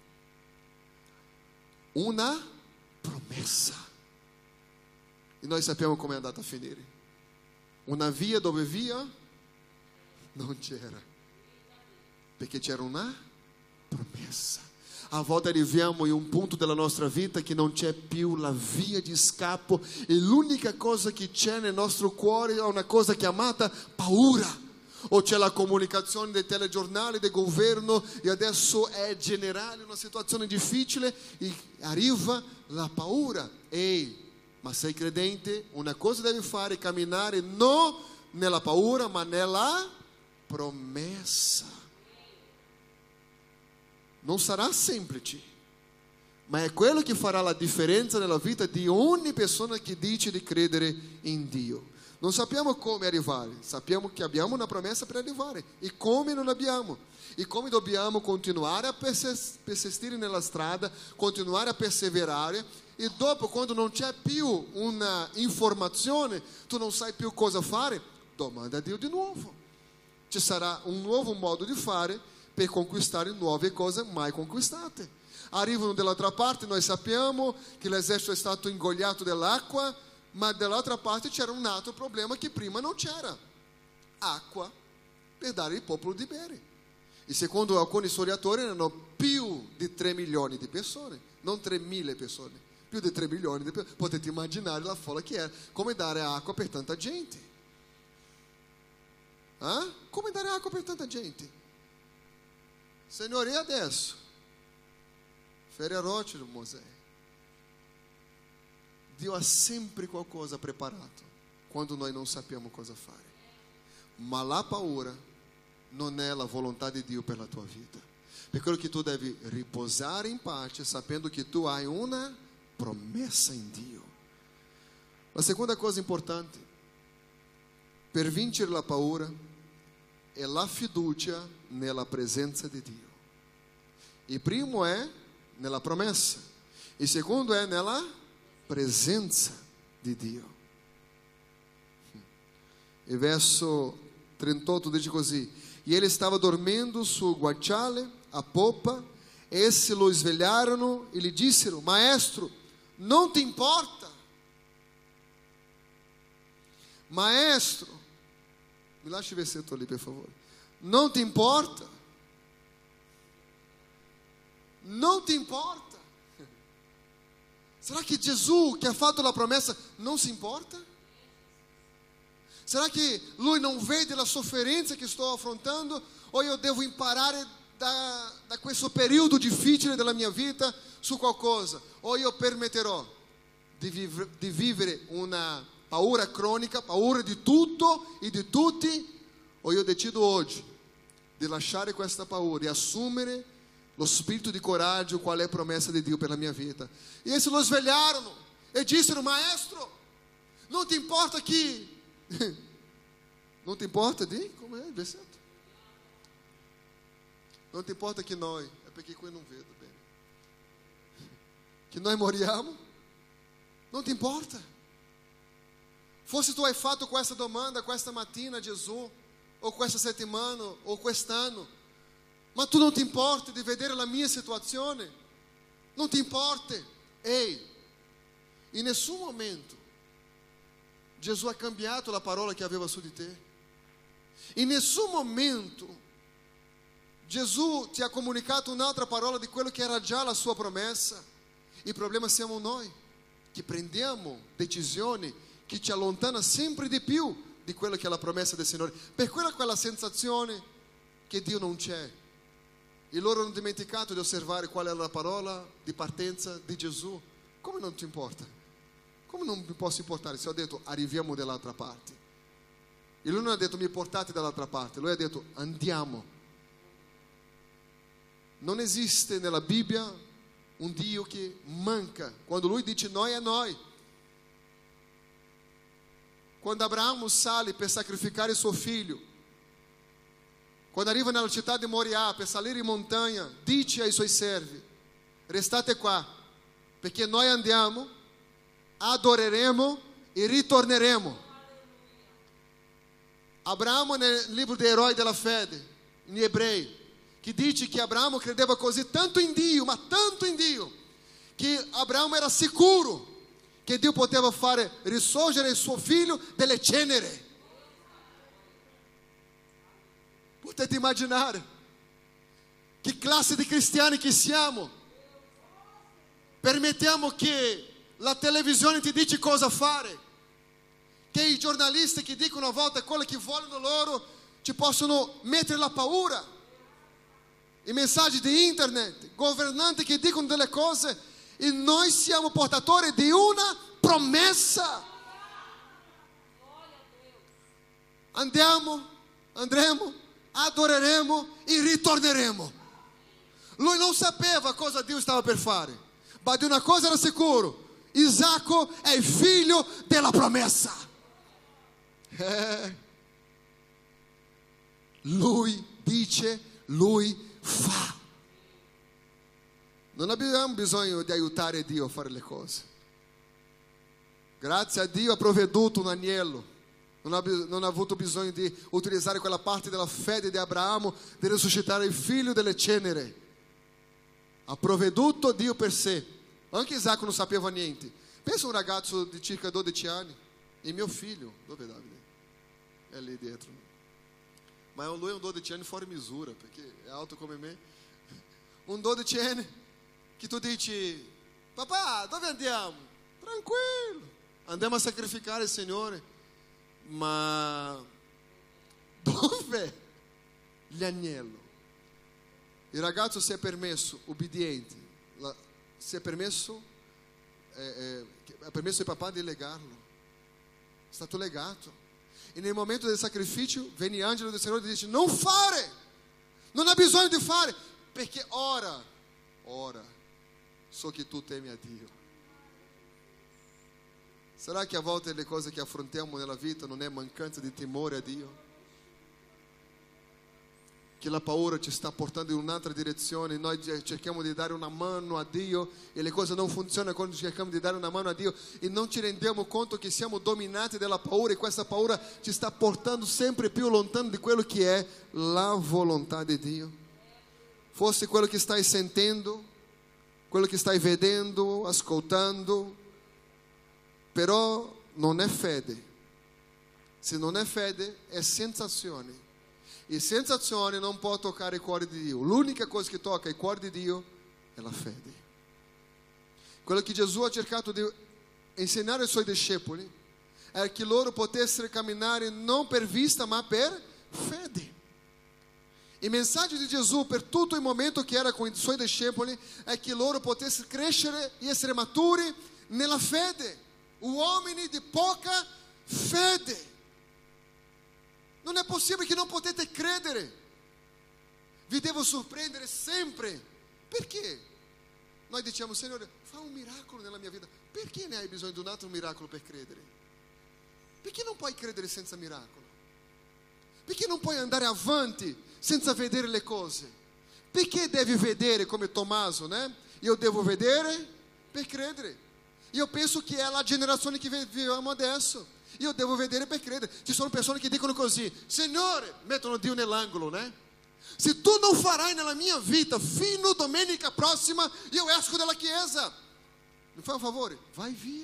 Speaker 1: Una promessa. E noi sappiamo come è andata a finire. Una via dove via non c'era, perché c'era una promessa. A volte arriviamo in un punto della nostra vita che non c'è più la via di scappo, e l'unica cosa che c'è nel nostro cuore è una cosa chiamata paura. O c'è la comunicazione dei telegiornali, del governo, e adesso è generale una situazione difficile e arriva la paura. Ehi, ma sei credente? Una cosa devi fare: camminare non nella paura, ma nella promessa. Non sarà semplice, ma è quello che farà la differenza nella vita di ogni persona che dice di credere in Dio. Non sappiamo come arrivare, sappiamo che abbiamo una promessa per arrivare, e come non abbiamo, e come dobbiamo continuare a persistere nella strada, continuare a perseverare. E dopo, quando non c'è più una informazione, tu non sai più cosa fare, domanda a Dio di nuovo. Ci sarà un nuovo modo di fare per conquistare nuove cose mai conquistate. Arrivano dall'altra parte, noi sappiamo che l'esercito è stato ingoiato dall'acqua, ma dall'altra parte c'era un altro problema che prima non c'era: acqua per dare al popolo di bere. E secondo alcuni storiatori erano più di 3 milioni di persone, non 3.000 persone, più di 3 milioni di persone. Potete immaginare la folla che era, come dare acqua per tanta gente. Come dare acqua per tanta gente? Signore, e adesso? Ferrerote do Mosè. Dio ha sempre qualcosa preparato quando noi non sappiamo cosa fare. Ma la paura non è la volontà di Dio per la tua vita. Per quello che tu devi riposare in pace, sapendo che tu hai una promessa in Dio. La seconda cosa importante per vincere la paura è la fiducia nella presenza di Dio. Il primo è nella promessa. Il secondo è nella presenza di Dio. Il verso 38 dice così: e ele stava dormindo sul guanciale a popa, essi lo svegliarono e lhe dissero: Maestro, não te importa? Maestro, me lasci il versetto lì per favore. Não te importa? Não te importa? Será che Gesù, che ha fatto la promessa, non si importa? Será che Lui non vede la sofferenza che sto affrontando? O io devo imparare da questo periodo difficile della mia vita su qualcosa? O io permetterò di vivere una paura cronica, paura di tutto e di tutti? O io decido oggi di lasciare questa paura e assumere lo spirito di coraggio, qual è la promessa di Dio per la mia vita? E essi lo svegliarono e dissero: Maestro, non ti importa che... Non ti importa di? Come è il versetto? Non ti importa che noi, è perché qui non vedo bene, che noi moriamo? Non ti importa? Forse tu hai fatto questa domanda questa mattina a Gesù, o questa settimana, o quest'anno, ma tu non ti importi di vedere la mia situazione? Non ti importa? Ehi, in nessun momento Gesù ha cambiato la parola che aveva su di te. In nessun momento Gesù ti ha comunicato un'altra parola di quello che era già la sua promessa. Il problema siamo noi, che prendiamo decisioni che ci allontana sempre di più di quello che è la promessa del Signore, per quella sensazione che Dio non c'è. E loro hanno dimenticato di osservare qual era la parola di partenza di Gesù. Come non ti importa? Come non mi posso importare se ho detto arriviamo dall'altra parte? E lui non ha detto mi portate dall'altra parte, lui ha detto andiamo. Non esiste nella Bibbia un Dio che manca. Quando lui dice noi, è noi. Quando Abramo sale per sacrificare suo figlio, quando arriva nella città di Moriah per salire in montagna, dice ai suoi servi: restate qua, perché noi andiamo, adoreremo e ritorneremo. Abramo, nel libro dei eroi della fede, in ebrei, che dice che Abramo credeva così tanto in Dio, ma tanto in Dio, che Abramo era sicuro che Dio poteva fare risorgere il suo figlio dalle ceneri. Potete immaginare che classe di cristiani che siamo? Permettiamo che la televisione ti dica cosa fare, che i giornalisti che dicono a volte quello che vogliono loro ci possono mettere la paura, i messaggi di internet, governanti che dicono delle cose, e noi siamo portatori di una promessa. Andremo, adoreremo e ritorneremo. Lui non sapeva cosa Dio stava per fare, ma di una cosa era sicuro: Isacco è il figlio della promessa. Lui dice, lui fa. Non abbiamo bisogno di aiutare Dio a fare le cose. Grazie a Dio ha provveduto un agnello. Non ha avuto bisogno di utilizzare quella parte della fede di Abramo di risuscitare il figlio delle ceneri. Ha provveduto Dio per sé. Anche Isacco non sapeva niente. Pensa un ragazzo di circa 12 anni. E mio figlio, dove è Davide? È lì dietro. Ma lui è un 12 anni fuori misura, perché è alto come me. Un 12 anni che tu dici: papà, dove andiamo? Tranquillo, andiamo a sacrificare il Signore. Ma dove l'agnello? Il ragazzo si è permesso, ubbidiente, si è permesso, ha permesso al papà di legarlo. È stato legato. E nel momento del sacrificio viene l'angelo del Signore e dice: non fare, non ha bisogno di fare, perché ora so che tu temi a Dio. Sarà che a volte le cose che affrontiamo nella vita non è mancanza di temore a Dio? che la paura ci sta portando in un'altra direzione, noi cerchiamo di dare una mano a Dio e le cose non funzionano quando cerchiamo di dare una mano a Dio e non ci rendiamo conto che siamo dominati dalla paura e questa paura ci sta portando sempre più lontano di quello che è la volontà di Dio. Forse quello che stai sentendo, quello che stai vedendo, ascoltando, però non è fede. Se non è fede è sensazione. E sensazione non può toccare il cuore di Dio. L'unica cosa che tocca il cuore di Dio è la fede. Quello che Gesù ha cercato di insegnare ai suoi discepoli è che loro potessero camminare non per vista ma per fede. Il messaggio di Gesù per tutto il momento che era con i suoi discepoli è che loro potessero crescere e essere maturi nella fede. Uomini di poca fede. Non è possibile che non potete credere. Vi devo sorprendere sempre. Perché? Noi diciamo, Signore, fa un miracolo nella mia vita. Perché ne hai bisogno di un altro miracolo per credere? Perché non puoi credere senza miracolo? Perché non puoi andare avanti senza vedere le cose? Perché devi vedere come Tommaso, né? Io devo vedere per credere. Io penso che è la generazione che viviamo adesso. Io devo vedere per credere. Ci sono persone che dicono così: Signore, mettono Dio nell'angolo, né? Se tu non farai nella mia vita fino domenica prossima, io esco dalla chiesa. Mi fai un favore, vai via.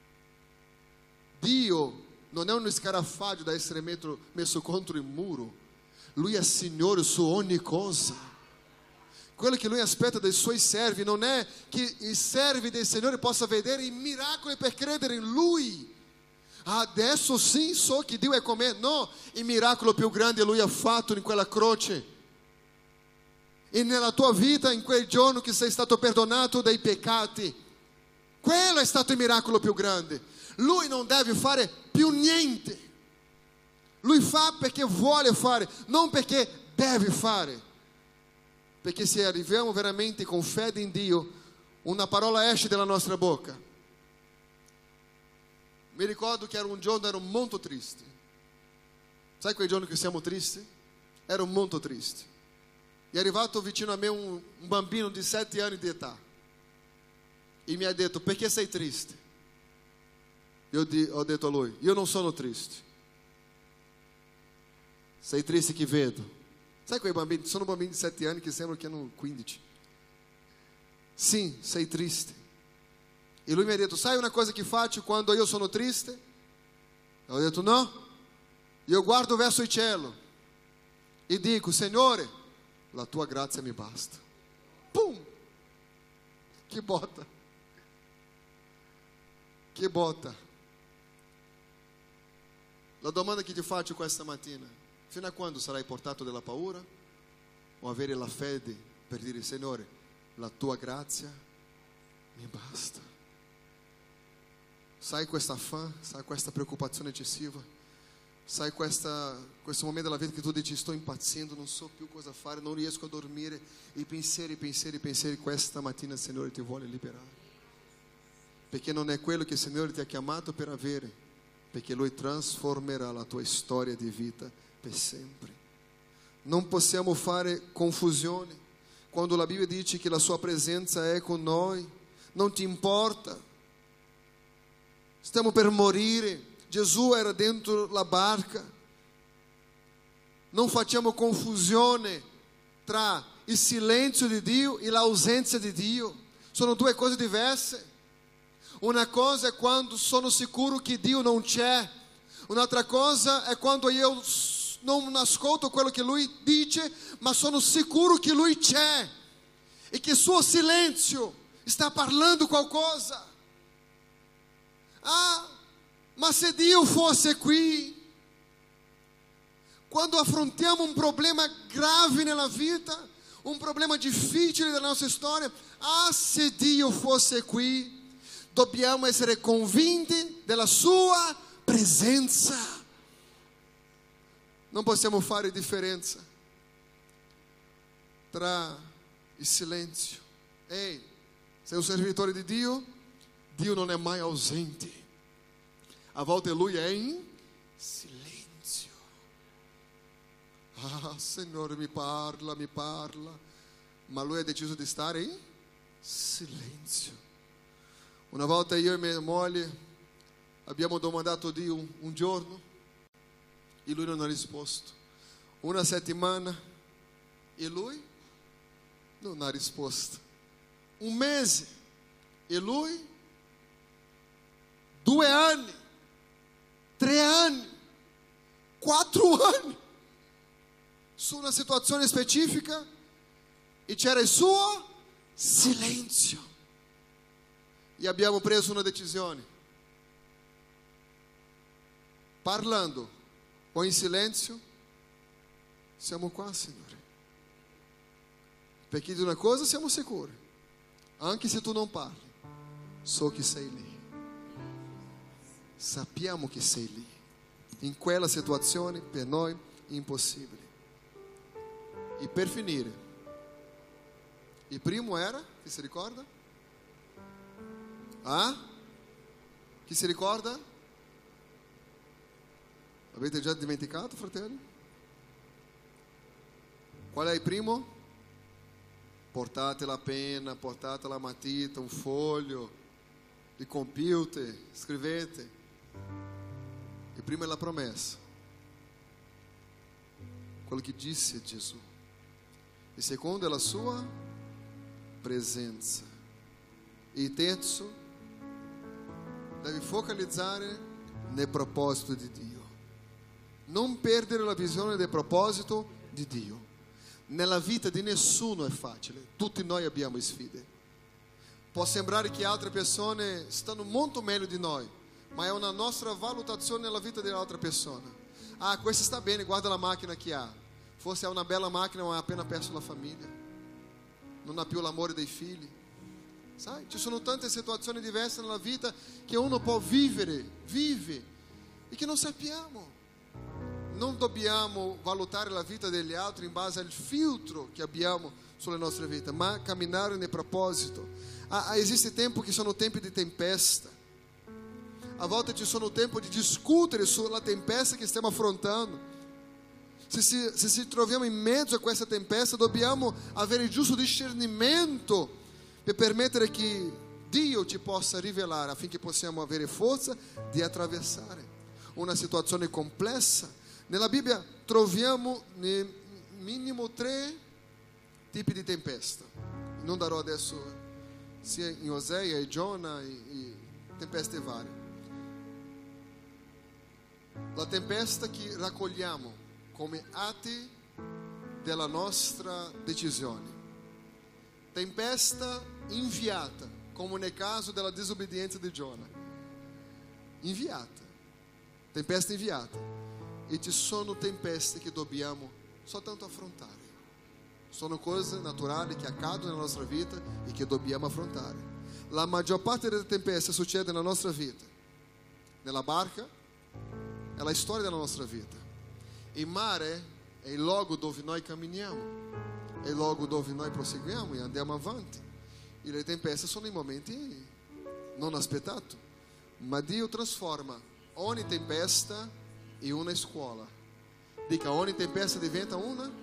Speaker 1: Dio non è uno scarafaggio da essere messo contro il muro. Lui è Signore su ogni cosa. Quello che Lui aspetta dai Suoi servi non è che i servi del Signore possano vedere i miracoli per credere in Lui. Adesso sim so che Dio è con me. No, il miracolo più grande Lui ha fatto in quella croce. E nella tua vita, in quel giorno che sei stato perdonato dai peccati. Quello è stato il miracolo più grande. Lui non deve fare più niente. Lui fa perché vuole fare, non perché deve fare. Perché se arriviamo veramente con fede in Dio, una parola esce dalla nostra bocca. Mi ricordo che era un giorno, ero molto triste. Sai quei giorni che siamo tristi? Ero molto triste. È arrivato vicino a me un bambino di 7 anni di età. E mi ha detto, perché sei triste? Io ho detto a lui, io non sono triste. Sei triste che vedo. Sai quei bambini? Sono bambini di 7 anni che sembrano che hanno 15. Sim, sei triste. E lui mi ha detto, sai una cosa che faccio quando io sono triste? Ho detto, no. Io guardo verso il cielo e dico, Signore, la tua grazia mi basta. Pum! Che botta. Che botta. La domanda che ti faccio questa mattina, fino a quando sarai portato dalla paura o avere la fede per dire, Signore, la tua grazia mi basta? Sai questa fame, sai questa preoccupazione eccessiva, sai questo momento della vita che tu dici sto impazzendo, non so più cosa fare, non riesco a dormire, i pensieri, questa mattina il Signore ti vuole liberare, perché non è quello che il Signore ti ha chiamato per avere, perché Lui trasformerà la tua storia di vita per sempre. Non possiamo fare confusione quando la Bibbia dice che la sua presenza è con noi, non ti importa. Stiamo per morire, Gesù era dentro la barca. Non facciamo confusione tra il silenzio di Dio e l'ausenza di Dio. Sono due cose diverse. Una cosa è quando sono sicuro che Dio non c'è. Un'altra cosa è quando io non ascolto quello che Lui dice, ma sono sicuro che Lui c'è e che il suo silenzio sta parlando qualcosa. Ah, ma se Dio fosse qui, quando affrontiamo un problema grave nella vita, un problema difficile della nostra storia, ah, se Dio fosse qui, dobbiamo essere convinti della sua presenza. Non possiamo fare differenza tra il silenzio. Ehi, sei un servitore di Dio? Dio non è mai ausente. A volte Lui è in silenzio. Ah, Signore, mi parla. Ma lui ha deciso di stare in silenzio. Una volta io e mia moglie abbiamo domandato a Dio un giorno e lui non ha risposto. Una settimana e lui non ha risposto. Un mese e lui 2 anni, 3 anni, 4 anni su una situazione specifica e c'era il suo silenzio. E abbiamo preso una decisione. Parlando o in silenzio, siamo qua, Signore. Perché di una cosa siamo sicuri: anche se tu non parli, so che sei lì. Sappiamo che sei lì. In quella situazione per noi impossibile. E per finire, il primo era, chi si ricorda? Chi si ricorda? Avete già dimenticato, fratelli? Qual è il primo? Portate la penna, portate la matita, un foglio, il computer, scrivete. Il primo è la promessa, quello che disse Gesù. Il secondo è la sua presenza. Il terzo deve focalizzare nel proposito di Dio. Non perdere la visione del proposito di Dio. Nella vita di nessuno è facile, tutti noi abbiamo sfide. Può sembrare che altre persone stanno molto meglio di noi, ma è una nostra valutazione nella vita dell'altra persona. Ah, questa sta bene, guarda la macchina che ha. Forse ha una bella macchina, ma ha appena perso la famiglia. Non ha più l'amore dei figli. Sai, ci sono tante situazioni diverse nella vita che uno può vive, e che non sappiamo. Non dobbiamo valutare la vita degli altri in base al filtro che abbiamo sulle nostre vite, ma camminare nel proposito. Esiste tempo che sono tempi di tempesta. A volte ci sono tempo di discutere sulla tempesta che stiamo affrontando. Se troviamo in mezzo a questa tempesta, dobbiamo avere il giusto discernimento per permettere che Dio ci possa rivelare affinché possiamo avere forza di attraversare una situazione complessa. Nella Bibbia troviamo nel minimo 3 tipi di tempesta. Non darò adesso sia in Osea e Giona e tempeste varie. La tempesta che raccogliamo come atti della nostra decisione. Tempesta inviata, come nel caso della disobbedienza di Giona. Inviata. Tempesta inviata. E ci sono tempeste che dobbiamo soltanto affrontare. Sono cose naturali che accadono nella nostra vita e che dobbiamo affrontare. La maggior parte delle tempeste succede nella nostra vita. Nella barca è la storia della nostra vita. Il mare è il luogo dove noi camminiamo, è il luogo dove noi proseguiamo e andiamo avanti. E le tempeste sono i momenti non aspettati. Ma Dio trasforma ogni tempesta in una scuola. Dica, ogni tempesta diventa una.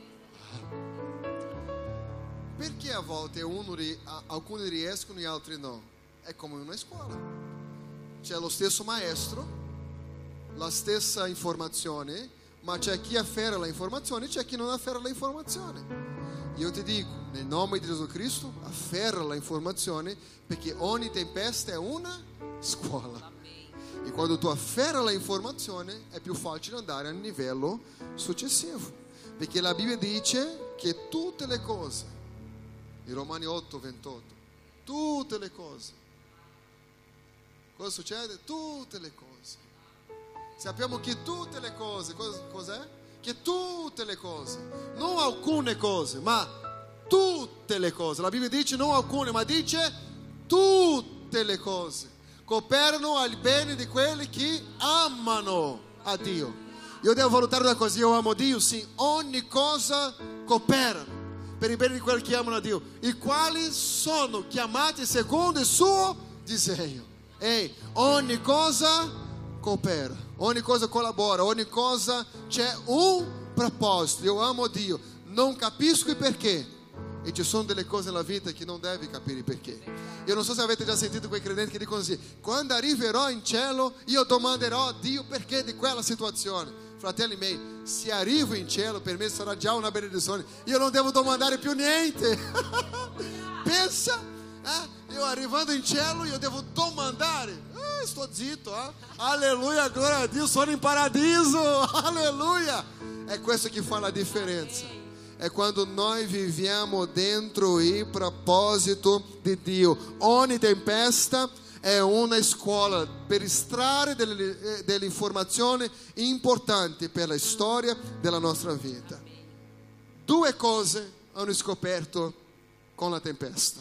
Speaker 1: Perché a volte alcuni riescono e altri no? È come una scuola. C'è lo stesso maestro, la stessa informazione, ma c'è chi afferra la informazione e c'è chi non afferra la informazione. Io ti dico, nel nome di Gesù Cristo, afferra la informazione, perché ogni tempesta è una scuola. E quando tu afferra la informazione è più facile andare al livello successivo, perché la Bibbia dice che tutte le cose, in Romani 8:28, tutte le cose, cosa succede? Tutte le cose. Sappiamo che tutte le cose, cos'è? Che tutte le cose, non alcune cose, ma tutte le cose. La Bibbia dice non alcune, ma dice tutte le cose cooperano al bene di quelli che amano a Dio. Io devo valutare una cosa: io amo Dio? Sì, ogni cosa coopera per il bene di quelli che amano a Dio, i quali sono chiamati secondo il suo disegno. Ogni cosa coopera, ogni cosa collabora, ogni cosa c'è un proposito, io amo Dio, non capisco il perché. E ci sono delle cose nella vita che non devi capire perché. Io non so se avete già sentito quei credenti che dicono così: quando arriverò in cielo io domanderò a Dio perché di quella situazione. Fratelli miei, se arrivo in cielo per me sarà già una benedizione, io non devo domandare più niente. Pensa, io arrivando in cielo io devo domandare. Sto zitto, alleluia, gloria a Dio, sono in paradiso, alleluia. È questo che fa la differenza. È quando noi viviamo dentro il proposito di Dio. Ogni tempesta è una scuola per estrarre delle informazioni importanti per la storia della nostra vita. Due cose hanno scoperto con la tempesta.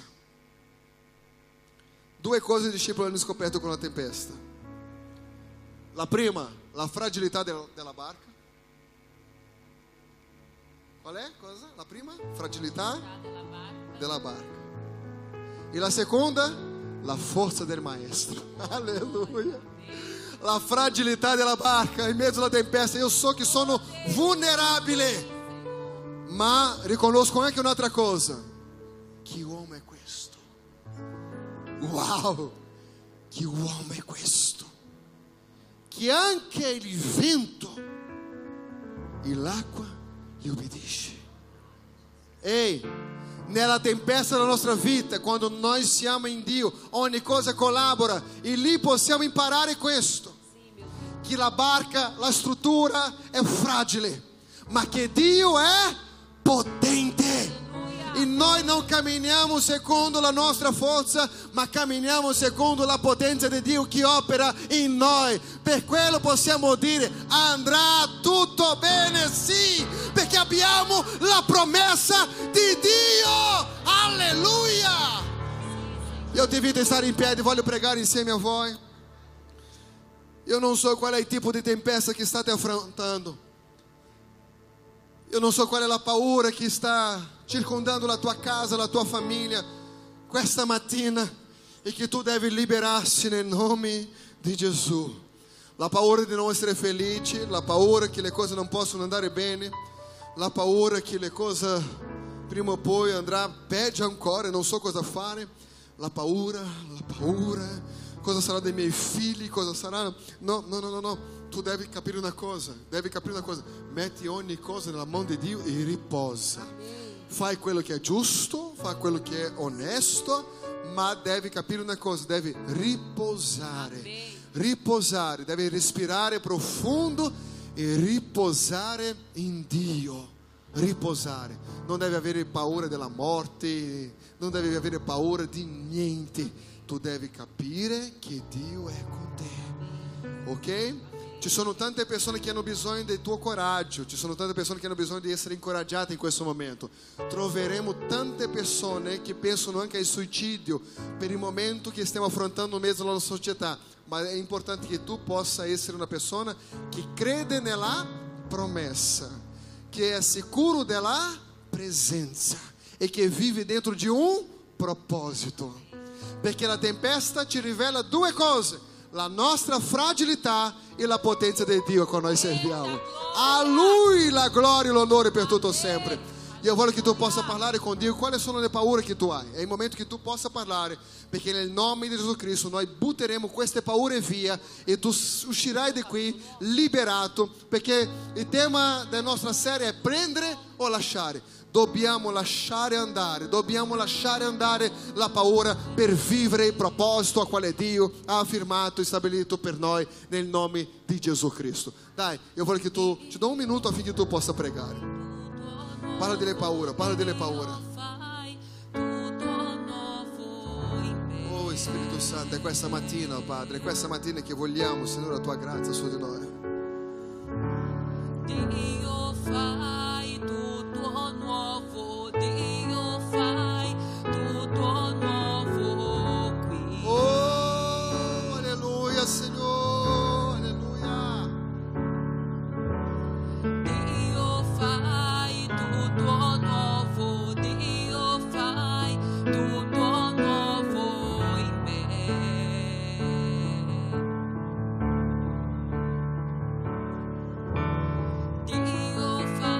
Speaker 1: Due cose i discepoli hanno scoperto con la tempesta. La prima, la fragilità della barca. Qual è? Cosa? La prima? Fragilità della barca. E la seconda? La forza del maestro. Alleluia. La fragilità della barca in mezzo alla tempesta. Io so che sono vulnerabile, ma riconosco anche un'altra cosa: che uomo è questo? Wow, che uomo è questo? Che anche il vento e l'acqua gli obbedisce. Ehi, nella tempesta della nostra vita, quando noi siamo in Dio, ogni cosa collabora, e lì possiamo imparare questo: che la barca, la struttura è fragile, ma che Dio è potente. E noi non camminiamo secondo la nostra forza, ma camminiamo secondo la potenza di Dio che opera in noi. Per quello possiamo dire: andrà tutto bene, sì, perché abbiamo la promessa di Dio. Alleluia. Io ti invito a stare in piedi, voglio pregare insieme a voi. Io non so qual è il tipo di tempesta che state affrontando. Io non so qual è la paura che sta circondando la tua casa, la tua famiglia questa mattina, e che tu devi liberarsi nel nome di Gesù. La paura di non essere felici, la paura che le cose non possono andare bene, la paura che le cose prima o poi andrà peggio ancora e non so cosa fare, la paura, cosa sarà dei miei figli, cosa sarà... No. Tu devi capire una cosa, metti ogni cosa nella mano di Dio e riposa. Fai quello che è giusto, fai quello che è onesto, ma devi capire una cosa, devi riposare. Riposare, devi respirare profondo e riposare in Dio. Riposare. Non devi avere paura della morte, non devi avere paura di niente. Tu devi capire che Dio è con te. Ok? Ci sono tante persone che hanno bisogno del tuo coraggio, ci sono tante persone che hanno bisogno di essere incoraggiate in questo momento. Troveremo tante persone che pensano anche al suicidio per il momento che stiamo affrontando in mezzo alla società, ma è importante che tu possa essere una persona che crede nella promessa, che è sicuro della presenza e che vive dentro di un proposito. Perché la tempesta ci rivela due cose: la nostra fragilità e la potenza di Dio che noi serviamo. A Lui la gloria e l'onore per tutto sempre. Io voglio che tu possa parlare con Dio quali sono le paure che tu hai. È il momento che tu possa parlare, perché nel nome di Gesù Cristo noi butteremo queste paure via e tu uscirai di qui liberato, perché il tema della nostra serie è prendere o lasciare. Dobbiamo lasciare andare la paura per vivere il proposito a quale Dio ha firmato e stabilito per noi nel nome di Gesù Cristo. Dai, io voglio che tu ti do un minuto affinché tu possa pregare. Parla delle paure. Oh Spirito Santo, è questa mattina, Padre, è questa mattina che vogliamo, Signore, la tua grazia su di noi.
Speaker 2: Dio fai tutto nuovo, Dio fai tutto nuovo qui.
Speaker 1: Oh, alleluia, Signore, alleluia.
Speaker 2: Dio fai tutto nuovo, Dio fai tutto nuovo in me. Dio fai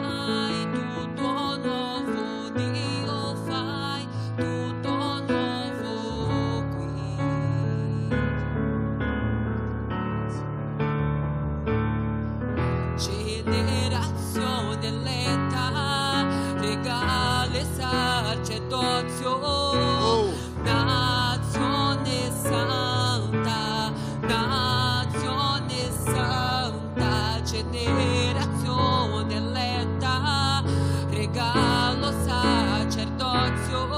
Speaker 1: Oh.
Speaker 2: Nazione santa, nazione santa, generazione eletta, regalo sacerdozio.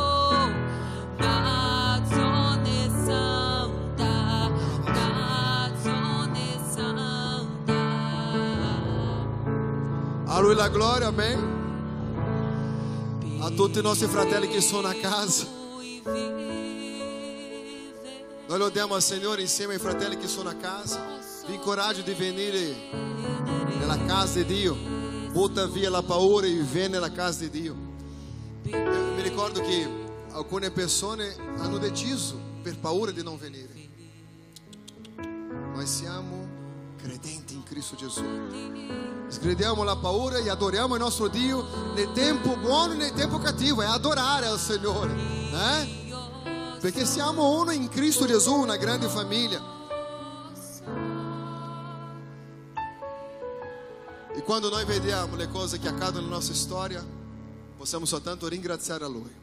Speaker 2: Nazione santa, nazione santa.
Speaker 1: A Lui la gloria, amen. A tutti i nostri fratelli che sono a casa, noi lodiamo al Signore insieme ai fratelli che sono a casa. Vi incoraggio di venire nella casa di Dio, butta via la paura e vieni nella casa di Dio. Mi ricordo che alcune persone hanno deciso per paura di non venire. Noi siamo credenti in Cristo Gesù. Sgridiamo la paura e adoriamo il nostro Dio nel tempo buono e nel tempo cattivo. È adorare al Signore, perché siamo uno in Cristo Gesù, una grande famiglia. E quando noi vediamo le cose che accadono nella nostra storia, possiamo soltanto ringraziare a Lui.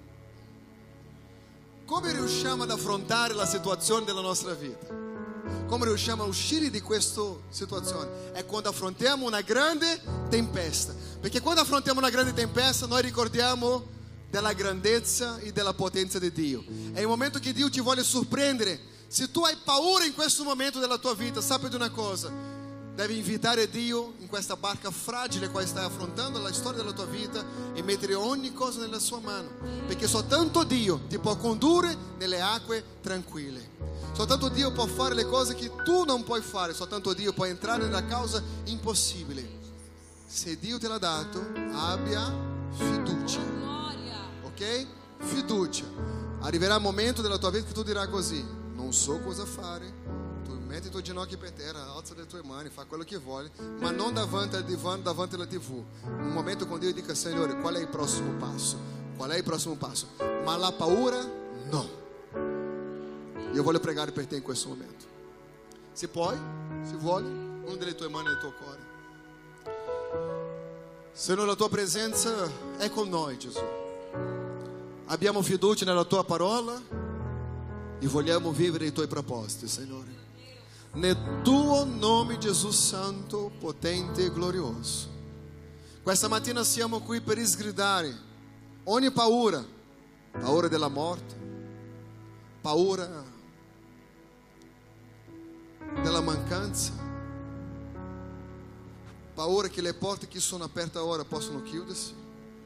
Speaker 1: Come riusciamo ad affrontare la situazione della nostra vita? Come riusciamo a uscire di questa situazione? È quando affrontiamo una grande tempesta. Perché quando affrontiamo una grande tempesta, noi ricordiamo della grandezza e della potenza di Dio. È il momento che Dio ti vuole sorprendere. Se tu hai paura in questo momento della tua vita, sappi di una cosa: devi invitare Dio in questa barca fragile che stai affrontando la storia della tua vita e mettere ogni cosa nella sua mano, perché soltanto Dio ti può condurre nelle acque tranquille. Soltanto Dio può fare le cose che tu non puoi fare. Soltanto Dio può entrare nella causa impossibile. Se Dio te l'ha dato, abbia fiducia, ok? Fiducia. Arriverà il momento della tua vita che tu dirai così: non so cosa fare. Tu metti i tuoi ginocchi per terra, alza le tue mani, fa quello che vuoi, ma non davanti al divano, davanti alla TV. Un momento con Dio dica: Signore, qual è il prossimo passo? Qual è il prossimo passo? Ma la paura no. Io voglio pregare per te in questo momento. Se puoi, se vuoi, una delle tue mani nel tuo cuore. Signore, la tua presenza è con noi, Gesù. Abbiamo fiducia nella tua parola e vogliamo vivere i tuoi propositi, Signore. Nel tuo nome, Gesù Santo, potente e glorioso. Questa mattina siamo qui per sgridare ogni paura, paura della morte, paura della mancanza, paura che le porte che sono aperte ora possono chiudersi,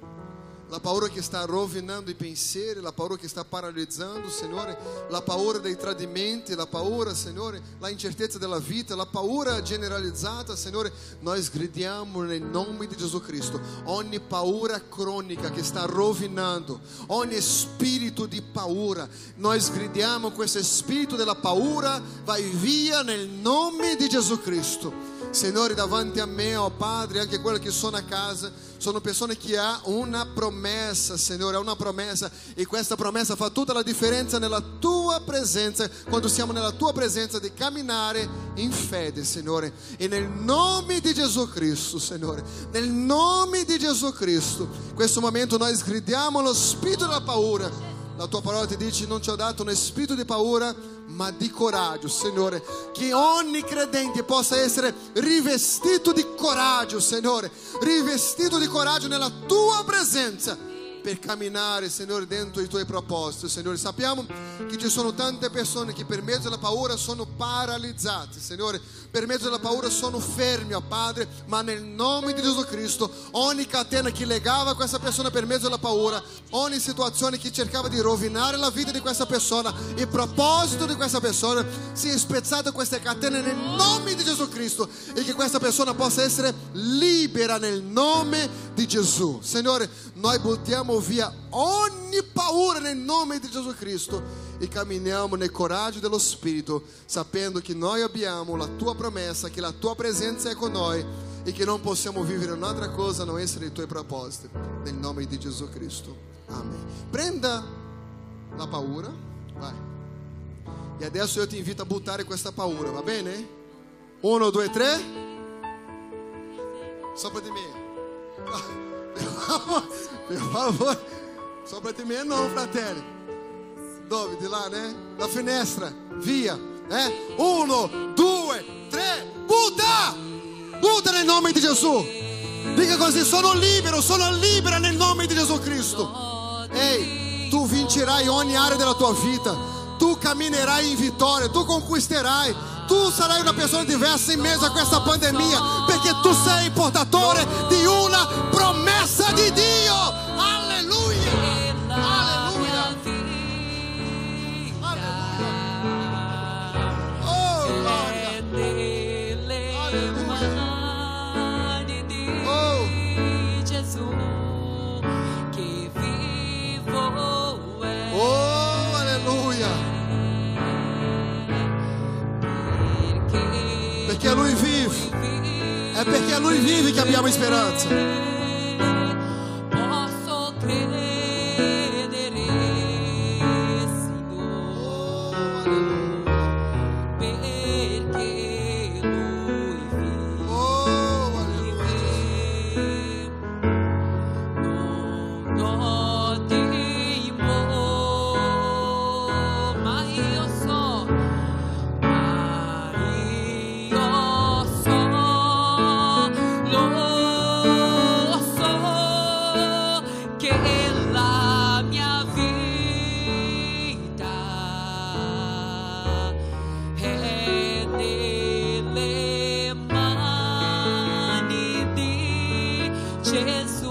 Speaker 1: la paura che sta rovinando i pensieri, la paura che sta paralizzando, Signore, la paura dei tradimenti, la paura, Signore, la incertezza della vita, la paura generalizzata, Signore. Noi sgridiamo nel nome di Gesù Cristo ogni paura cronica che sta rovinando, ogni spirito di paura. Noi sgridiamo questo spirito della paura, vai via nel nome di Gesù Cristo. Signore, davanti a me, oh Padre, anche quelli che sono a casa, sono persone che hanno una promessa, Signore, una promessa, e questa promessa fa tutta la differenza nella tua presenza, quando siamo nella tua presenza, di camminare in fede, Signore. E nel nome di Gesù Cristo, Signore, nel nome di Gesù Cristo, in questo momento noi sgridiamo lo spirito della paura. La tua parola ti dice: non ci ho dato uno spirito di paura, ma di coraggio, Signore. Che ogni credente possa essere rivestito di coraggio, Signore, rivestito di coraggio nella tua presenza, per camminare, Signore, dentro i tuoi propositi, Signore. Sappiamo che ci sono tante persone che per mezzo della paura sono paralizzate, Signore, per mezzo della paura sono fermi, oh Padre, ma nel nome di Gesù Cristo ogni catena che legava questa persona per mezzo della paura, ogni situazione che cercava di rovinare la vita di questa persona, il proposito di questa persona, sia spezzata queste catene nel nome di Gesù Cristo, e che questa persona possa essere libera nel nome di Gesù. Signore, noi buttiamo via ogni paura nel nome di Gesù Cristo e camminiamo nel coraggio dello Spirito, sapendo che noi abbiamo la tua promessa, che la tua presenza è con noi e che non possiamo vivere un'altra cosa a non essere i tuoi propositi, nel nome di Gesù Cristo. Amen. Prenda la paura, vai, e adesso io ti invito a buttare questa paura, va bene? 1, 2, 3, sopra di me. Per favore, Sopra di me não, fratelli. Dove? Di là, né? Da finestra. Via. 1, 2, 3. Butta! Butta nel nome di Gesù. Dica così: sono libera nel nome di Gesù Cristo. Ehi, tu vincerai ogni area della tua vita. Tu camminerai in vittoria, tu conquisterai. Tu sarai una persona diversa in mezzo a questa pandemia, perché tu sei portatore di una promessa di Dio. Alleluia! Alleluia! Alleluia! Oh, gloria! Alleluia! Oh!
Speaker 2: Gesù che vivo è.
Speaker 1: Oh, alleluia! Perché Lui vive, è perché Lui vive che abbiamo speranza.
Speaker 2: Posso credere, Signore, perché Lui vive.
Speaker 1: Oh, alleluia.
Speaker 2: Non ho timore, ma io so. Jesus.